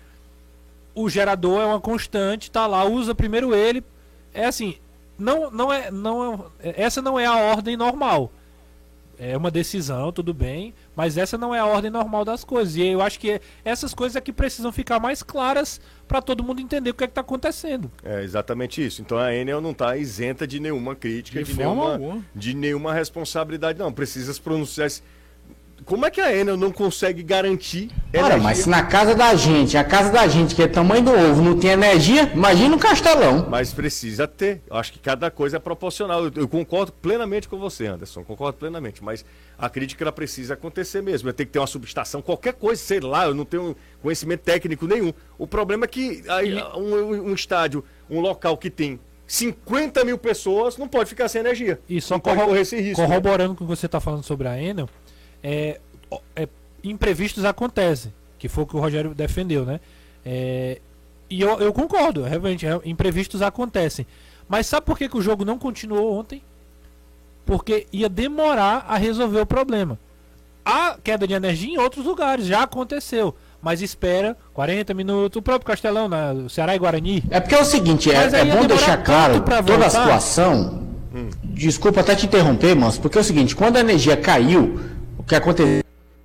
[SPEAKER 8] o gerador é uma constante, tá lá, usa primeiro ele. É assim, não, não é, não é, essa não é a ordem normal. É uma decisão, tudo bem, mas essa não é a ordem normal das coisas. E eu acho que essas coisas é que precisam ficar mais claras para todo mundo entender o que é que está acontecendo.
[SPEAKER 1] É exatamente isso. Então a Enel não está isenta de nenhuma crítica,
[SPEAKER 7] De
[SPEAKER 1] de,
[SPEAKER 7] forma
[SPEAKER 1] nenhuma,
[SPEAKER 7] alguma.
[SPEAKER 1] de nenhuma responsabilidade, não. Precisa se pronunciar. Como é que a Enel não consegue garantir
[SPEAKER 4] Ora,
[SPEAKER 1] energia?
[SPEAKER 4] mas se na casa da gente, a casa da gente, que é tamanho do ovo, não tem energia, imagina um Castelão.
[SPEAKER 1] Mas precisa ter. Eu acho que cada coisa é proporcional. Eu, eu concordo plenamente com você, Anderson. Concordo plenamente. Mas a crítica ela precisa acontecer mesmo. Tem que ter uma subestação, qualquer coisa, sei lá, eu não tenho conhecimento técnico nenhum. O problema é que aí, um, um estádio, um local que tem cinquenta mil pessoas, não pode ficar sem energia.
[SPEAKER 8] E só
[SPEAKER 1] não pode correr esse risco.
[SPEAKER 8] corroborando com o que você está falando sobre a Enel, é, é, imprevistos acontecem, que foi o que o Rogério defendeu, né? É, e eu, eu concordo, realmente, é, imprevistos acontecem. Mas sabe por que, que o jogo não continuou ontem? Porque ia demorar a resolver o problema. A queda de energia em outros lugares já aconteceu, mas espera quarenta minutos, o próprio Castelão, na né, Ceará e Guarani.
[SPEAKER 4] É porque é o seguinte, é, é bom deixar claro toda a situação. Hum. Desculpa até te interromper, mas porque é o seguinte, quando a energia caiu, o que aconteceu,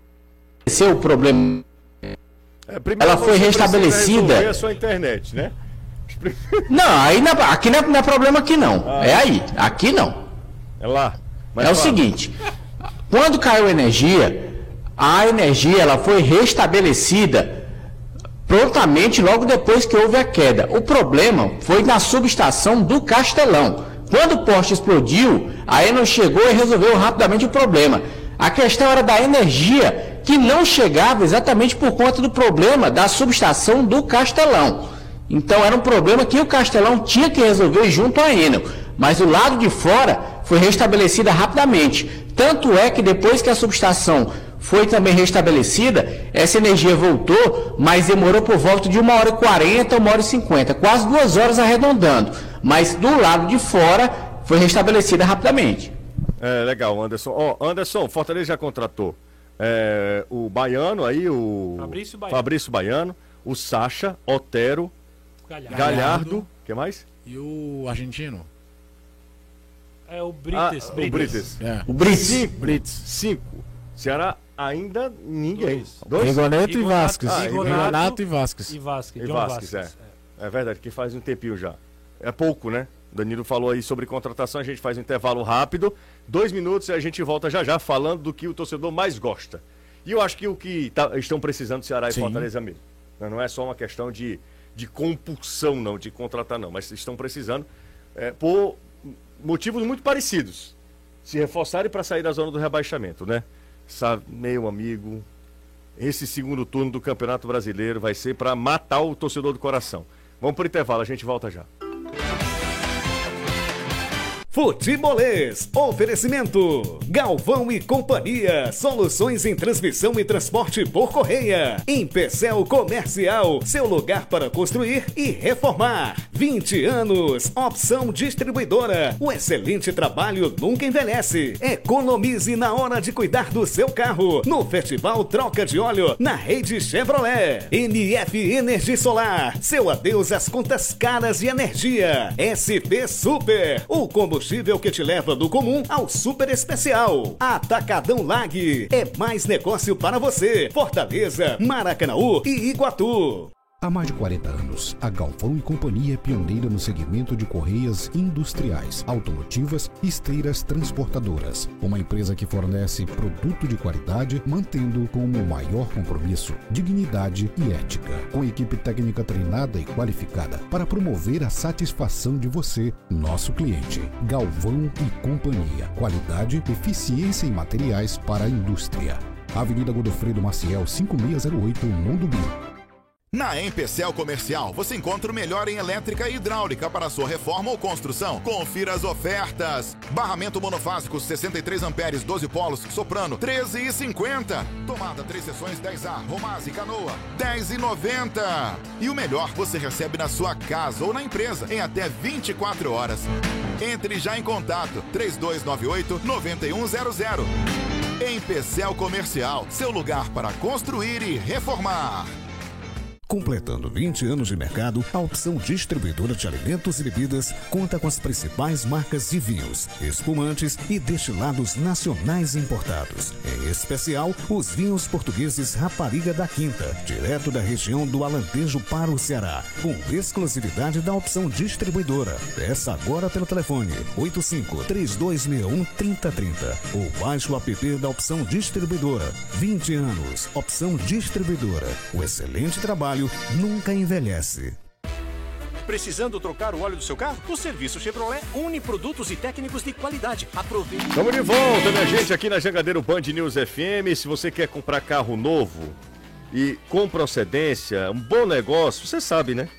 [SPEAKER 4] o problema,
[SPEAKER 1] é,
[SPEAKER 4] ela foi restabelecida.
[SPEAKER 1] A sua internet, né?
[SPEAKER 4] Não, aí não, aqui não é, não é problema aqui não. Ah. É aí, aqui não.
[SPEAKER 1] É lá.
[SPEAKER 4] Mas é fala. O seguinte, quando caiu a energia, a energia ela foi restabelecida prontamente logo depois que houve a queda. O problema foi na subestação do Castelão. Quando o poste explodiu, a Enel chegou e resolveu rapidamente o problema. A questão era da energia que não chegava exatamente por conta do problema da subestação do Castelão. Então era um problema que o Castelão tinha que resolver junto à Enel. Mas o lado de fora foi restabelecida rapidamente. Tanto é que depois que a subestação foi também restabelecida, essa energia voltou, mas demorou por volta de uma hora e quarenta, uma hora e cinquenta, quase duas horas arredondando. Mas do lado de fora foi restabelecida rapidamente.
[SPEAKER 1] É, legal, Anderson. Ó, oh, Anderson, Fortaleza já contratou é, o Baiano aí, o
[SPEAKER 8] Fabrício Baiano,
[SPEAKER 1] Fabrício Baiano, o Sacha, Otero,
[SPEAKER 8] Galhardo,
[SPEAKER 1] Galhardo, que mais?
[SPEAKER 7] E o argentino?
[SPEAKER 8] É o Brites.
[SPEAKER 1] Ah, o Brites.
[SPEAKER 7] É.
[SPEAKER 4] O Brites.
[SPEAKER 1] Cinco.
[SPEAKER 7] Brites.
[SPEAKER 1] Cinco. Ceará ainda ninguém.
[SPEAKER 8] Dois.
[SPEAKER 1] Dois?
[SPEAKER 7] Rigoneto e Vasquez.
[SPEAKER 1] Ah,
[SPEAKER 7] Rigonato e Vasquez.
[SPEAKER 8] E Vasquez.
[SPEAKER 1] E
[SPEAKER 8] John
[SPEAKER 1] Vasquez,
[SPEAKER 8] Vasquez.
[SPEAKER 1] é. É verdade, que faz um tempinho já. É pouco, né? Danilo falou aí sobre contratação, a gente faz um intervalo rápido, dois minutos e a gente volta já já falando do que o torcedor mais gosta. E eu acho que o que tá, estão precisando Ceará e
[SPEAKER 7] Sim.
[SPEAKER 1] Fortaleza mesmo. Não é só uma questão de, de compulsão, não, de contratar não, mas estão precisando é, por motivos muito parecidos. Se reforçarem para sair da zona do rebaixamento, né? Sabe, meu amigo, esse segundo turno do Campeonato Brasileiro vai ser para matar o torcedor do coração. Vamos para o intervalo, a gente volta já.
[SPEAKER 3] Futebolês, oferecimento Galvão e Companhia, soluções em transmissão e transporte por correia. Empecel Comercial, seu lugar para construir e reformar. vinte anos, Opção Distribuidora, o excelente trabalho nunca envelhece. Economize na hora de cuidar do seu carro, no Festival Troca de Óleo, na rede Chevrolet. N F Energia Solar, seu adeus às contas caras de energia. S P Super, o combustível que te leva do comum ao super especial. Atacadão Lag, é mais negócio para você. Fortaleza, Maracanaú e Iguatu.
[SPEAKER 9] Há mais de quarenta anos, a Galvão e Companhia é pioneira no segmento de correias industriais, automotivas e esteiras transportadoras. Uma empresa que fornece produto de qualidade, mantendo como maior compromisso dignidade e ética. Com equipe técnica treinada e qualificada para promover a satisfação de você, nosso cliente. Galvão e Companhia. Qualidade, eficiência em materiais para a indústria. Avenida Godofredo Maciel, cinco seis zero oito, Mondumbi.
[SPEAKER 10] Na Empecel Comercial, você encontra o melhor em elétrica e hidráulica para sua reforma ou construção. Confira as ofertas. Barramento monofásico sessenta e três amperes, doze polos, soprano, treze e cinquenta. Tomada três seções, dez A, Romaz e Canoa, dez e noventa. E o melhor você recebe na sua casa ou na empresa em até vinte e quatro horas. Entre já em contato, três dois nove oito, nove um zero zero. Empecel Comercial, seu lugar para construir e reformar.
[SPEAKER 3] Completando vinte anos de mercado, a Opção Distribuidora de Alimentos e Bebidas conta com as principais marcas de vinhos, espumantes e destilados nacionais importados. Em especial, os vinhos portugueses Rapariga da Quinta, direto da região do Alentejo para o Ceará, com exclusividade da Opção Distribuidora. Peça agora pelo telefone oito cinco, três dois seis um, três zero três zero ou baixe o app da Opção Distribuidora. vinte anos, Opção Distribuidora. O excelente trabalho nunca envelhece.
[SPEAKER 11] Precisando trocar o óleo do seu carro? O serviço Chevrolet une produtos e técnicos de qualidade. Aproveite.
[SPEAKER 1] Estamos de volta, minha gente, aqui na Jangadeiro Band News F M. Se você quer comprar carro novo e com procedência, um bom negócio, você sabe, né?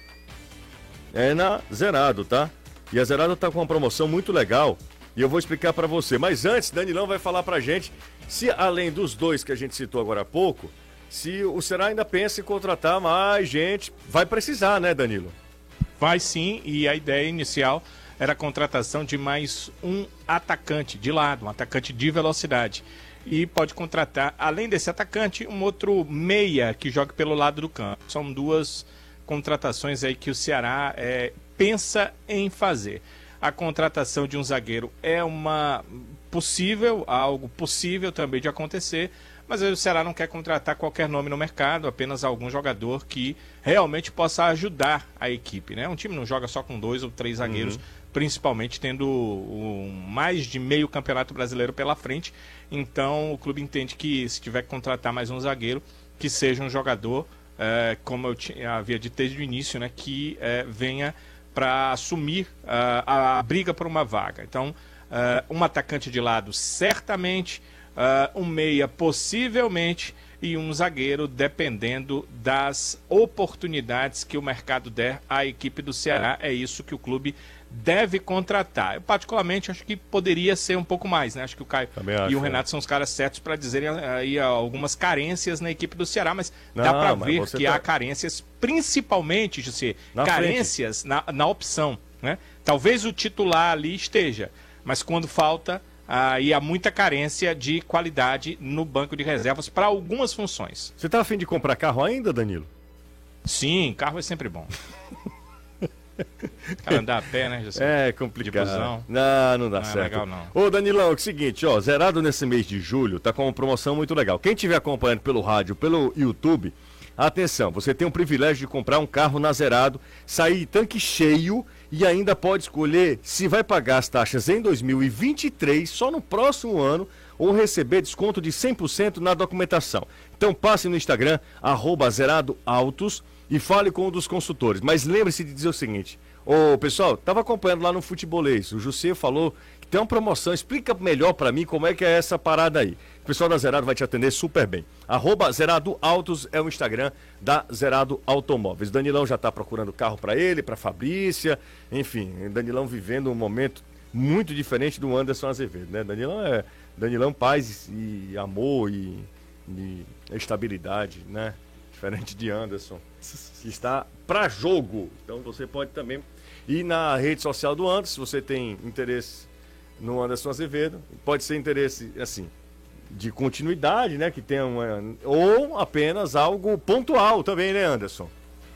[SPEAKER 1] É na Zerado, tá? E a Zerado tá com uma promoção muito legal e eu vou explicar pra você. Mas antes, Danilão vai falar pra gente se, além dos dois que a gente citou agora há pouco, se o Ceará ainda pensa em contratar mais gente. Vai precisar, né, Danilo?
[SPEAKER 5] Vai sim, e a ideia inicial era a contratação de mais um atacante de lado, um atacante de velocidade. E pode contratar, além desse atacante, um outro meia que joga pelo lado do campo. São duas contratações aí que o Ceará é, pensa em fazer. A contratação de um zagueiro é uma possível, algo possível também de acontecer, mas aí o Ceará não quer contratar qualquer nome no mercado, apenas algum jogador que realmente possa ajudar a equipe, né? Um time não joga só com dois ou três zagueiros, uhum. principalmente tendo um, mais de meio campeonato brasileiro pela frente. Então o clube entende que se tiver que contratar mais um zagueiro, que seja um jogador, é, como eu tinha, havia dito desde o início, né? Que é, venha para assumir uh, a, a briga por uma vaga. Então, uh, um atacante de lado certamente, Uh, um meia possivelmente e um zagueiro dependendo das oportunidades que o mercado der à equipe do Ceará. É isso que o clube deve contratar. Eu particularmente acho que poderia ser um pouco mais, né? Acho que o Caio acho, e o Renato é. são os caras certos para dizerem aí algumas carências na equipe do Ceará, mas não, dá para ver que tá... há carências, principalmente, José, carências na, na opção, né? Talvez o titular ali esteja, mas quando falta... Ah, e há muita carência de qualidade no banco de reservas para algumas funções.
[SPEAKER 1] Você está a fim de comprar carro ainda, Danilo?
[SPEAKER 5] Sim, carro é sempre bom. Cara, andar a pé, né,
[SPEAKER 1] José? É complicado. Não, não dá não certo. É legal, não. Ô, Danilão, é o seguinte, ó, Zerado nesse mês de julho tá com uma promoção muito legal. Quem estiver acompanhando pelo rádio, pelo YouTube, atenção, você tem o privilégio de comprar um carro na Zerado, sair tanque cheio e ainda pode escolher se vai pagar as taxas em dois mil e vinte e três, só no próximo ano, ou receber desconto de cem por cento na documentação. Então passe no Instagram, arroba Zerado Autos, e fale com um dos consultores. Mas lembre-se de dizer o seguinte, ô pessoal, estava acompanhando lá no Futebolês, o José falou que tem uma promoção, explica melhor para mim como é que é essa parada aí. O pessoal da Zerado vai te atender super bem. Arroba Zerado Autos é o Instagram da Zerado Automóveis. Danilão já está procurando carro para ele, para Fabrícia, enfim, Danilão vivendo um momento muito diferente do Anderson Azevedo, né? Danilão é Danilão paz e amor e, e estabilidade, né? Diferente de Anderson, que está para jogo. Então você pode também ir na rede social do Anderson, se você tem interesse no Anderson Azevedo, pode ser interesse, assim, de continuidade, né? Que tenha uma, ou apenas algo pontual também, né, Anderson?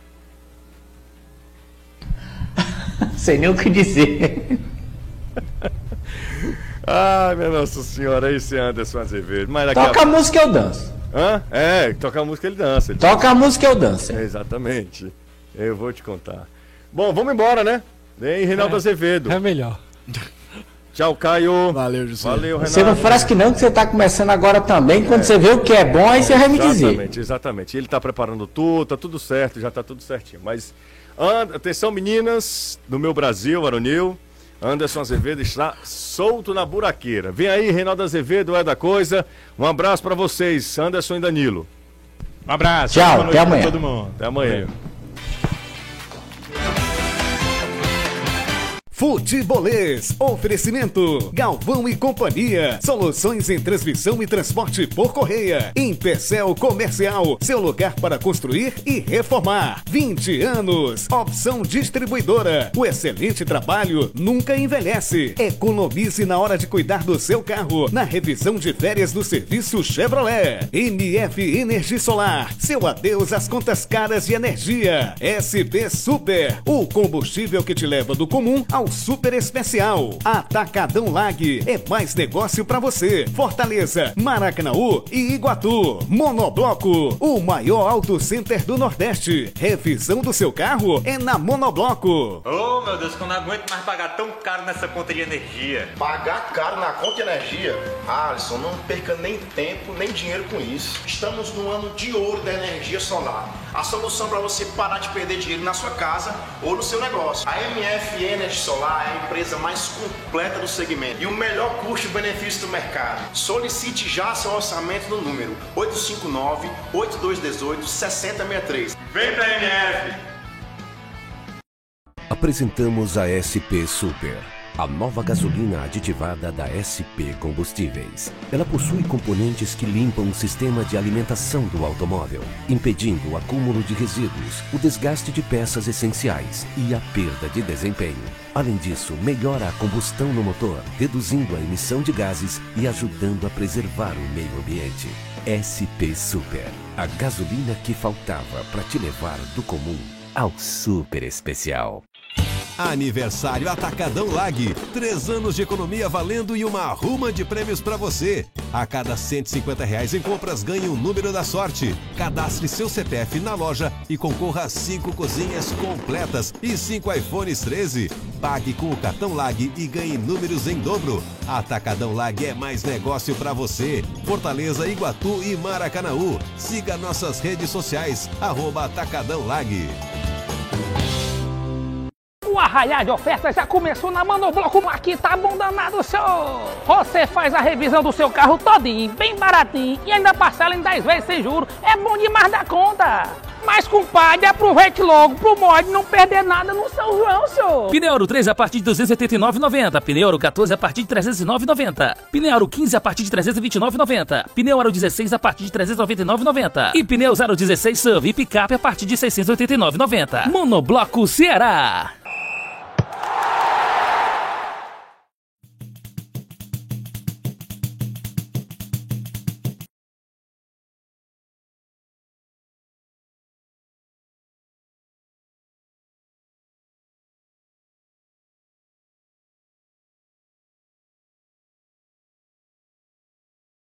[SPEAKER 4] Sei nem o que dizer.
[SPEAKER 1] Ai, minha Nossa Senhora, esse Anderson Azevedo. Mas
[SPEAKER 4] toca
[SPEAKER 1] a...
[SPEAKER 4] a música eu danço.
[SPEAKER 1] Hã? É, toca a música ele dança. Ele
[SPEAKER 4] toca
[SPEAKER 1] dança.
[SPEAKER 4] a música eu danço.
[SPEAKER 1] É, exatamente. Eu vou te contar. Bom, vamos embora, né? Vem, Reinaldo é, Azevedo.
[SPEAKER 8] É melhor.
[SPEAKER 1] Tchau, Caio.
[SPEAKER 7] Valeu, José.
[SPEAKER 1] Valeu, Renato.
[SPEAKER 4] Você não fresque não, que você tá começando agora também. Quando é. você vê o que é bom, aí você vai me dizer.
[SPEAKER 1] Exatamente, exatamente. Ele tá preparando tudo, tá tudo certo, já tá tudo certinho. Mas, and... atenção, meninas, do meu Brasil, Aronil. Anderson Azevedo está solto na buraqueira. Vem aí, Reinaldo Azevedo, é da coisa. Um abraço para vocês, Anderson e Danilo.
[SPEAKER 5] Um abraço.
[SPEAKER 4] Tchau, até amanhã.
[SPEAKER 5] Todo mundo.
[SPEAKER 1] Até amanhã.
[SPEAKER 3] Futebolês, oferecimento, Galvão e Companhia, soluções em transmissão e transporte por correia, Empecel Comercial, seu lugar para construir e reformar, vinte anos, Opção Distribuidora, o excelente trabalho nunca envelhece, economize na hora de cuidar do seu carro, na revisão de férias do serviço Chevrolet, M F Energia Solar, seu adeus às contas caras de energia, S P Super, o combustível que te leva do comum ao super especial. Atacadão Lag é mais negócio pra você. Fortaleza, Maracanaú e Iguatu. Monobloco, o maior auto center do Nordeste. Revisão do seu carro é na Monobloco.
[SPEAKER 12] Oh, meu Deus, que eu não aguento mais pagar tão caro nessa conta de energia.
[SPEAKER 13] Pagar caro na conta de energia? Alisson, não perca nem tempo nem dinheiro com isso. Estamos no ano de ouro da energia solar. A solução para você parar de perder dinheiro na sua casa ou no seu negócio. A M F Energy Solar é a empresa mais completa do segmento e o melhor custo-benefício do mercado. Solicite já seu orçamento no número oito cinco nove, oito dois um oito, seis zero seis três.
[SPEAKER 12] Vem pra M F!
[SPEAKER 14] Apresentamos a S P Super, a nova gasolina aditivada da S P Combustíveis. Ela possui componentes que limpam o sistema de alimentação do automóvel, impedindo o acúmulo de resíduos, o desgaste de peças essenciais e a perda de desempenho. Além disso, melhora a combustão no motor, reduzindo a emissão de gases e ajudando a preservar o meio ambiente. S P Super, a gasolina que faltava para te levar do comum ao super especial.
[SPEAKER 15] Aniversário Atacadão Lag. Três anos de economia valendo e uma arruma de prêmios para você. A cada cento e cinquenta reais em compras, ganhe um número da sorte. Cadastre seu C P F na loja e concorra a cinco cozinhas completas e cinco iPhones treze. Pague com o cartão Lag e ganhe números em dobro. Atacadão Lag é mais negócio para você. Fortaleza, Iguatu e Maracanaú. Siga nossas redes sociais, arroba Atacadão Lag.
[SPEAKER 16] O arraial de ofertas já começou na Monobloco. Aqui tá bom danado, show! Você faz a revisão do seu carro todinho, bem baratinho e ainda parcela em dez vezes sem juros. É bom demais da conta! Mas, compadre, aproveite logo pro mod não perder nada no São João, senhor!
[SPEAKER 17] Pneu Aro três a partir de duzentos e oitenta e nove reais e noventa centavos. Pneu Aro quatorze a partir de trezentos e nove reais e noventa centavos. Pneu Aro quinze a partir de trezentos e vinte e nove reais e noventa centavos. Pneu Aro dezesseis a partir de trezentos e noventa e nove reais e noventa centavos. E pneus Aro dezesseis S U V e picape a partir de seiscentos e oitenta e nove reais e noventa centavos. Monobloco Ceará.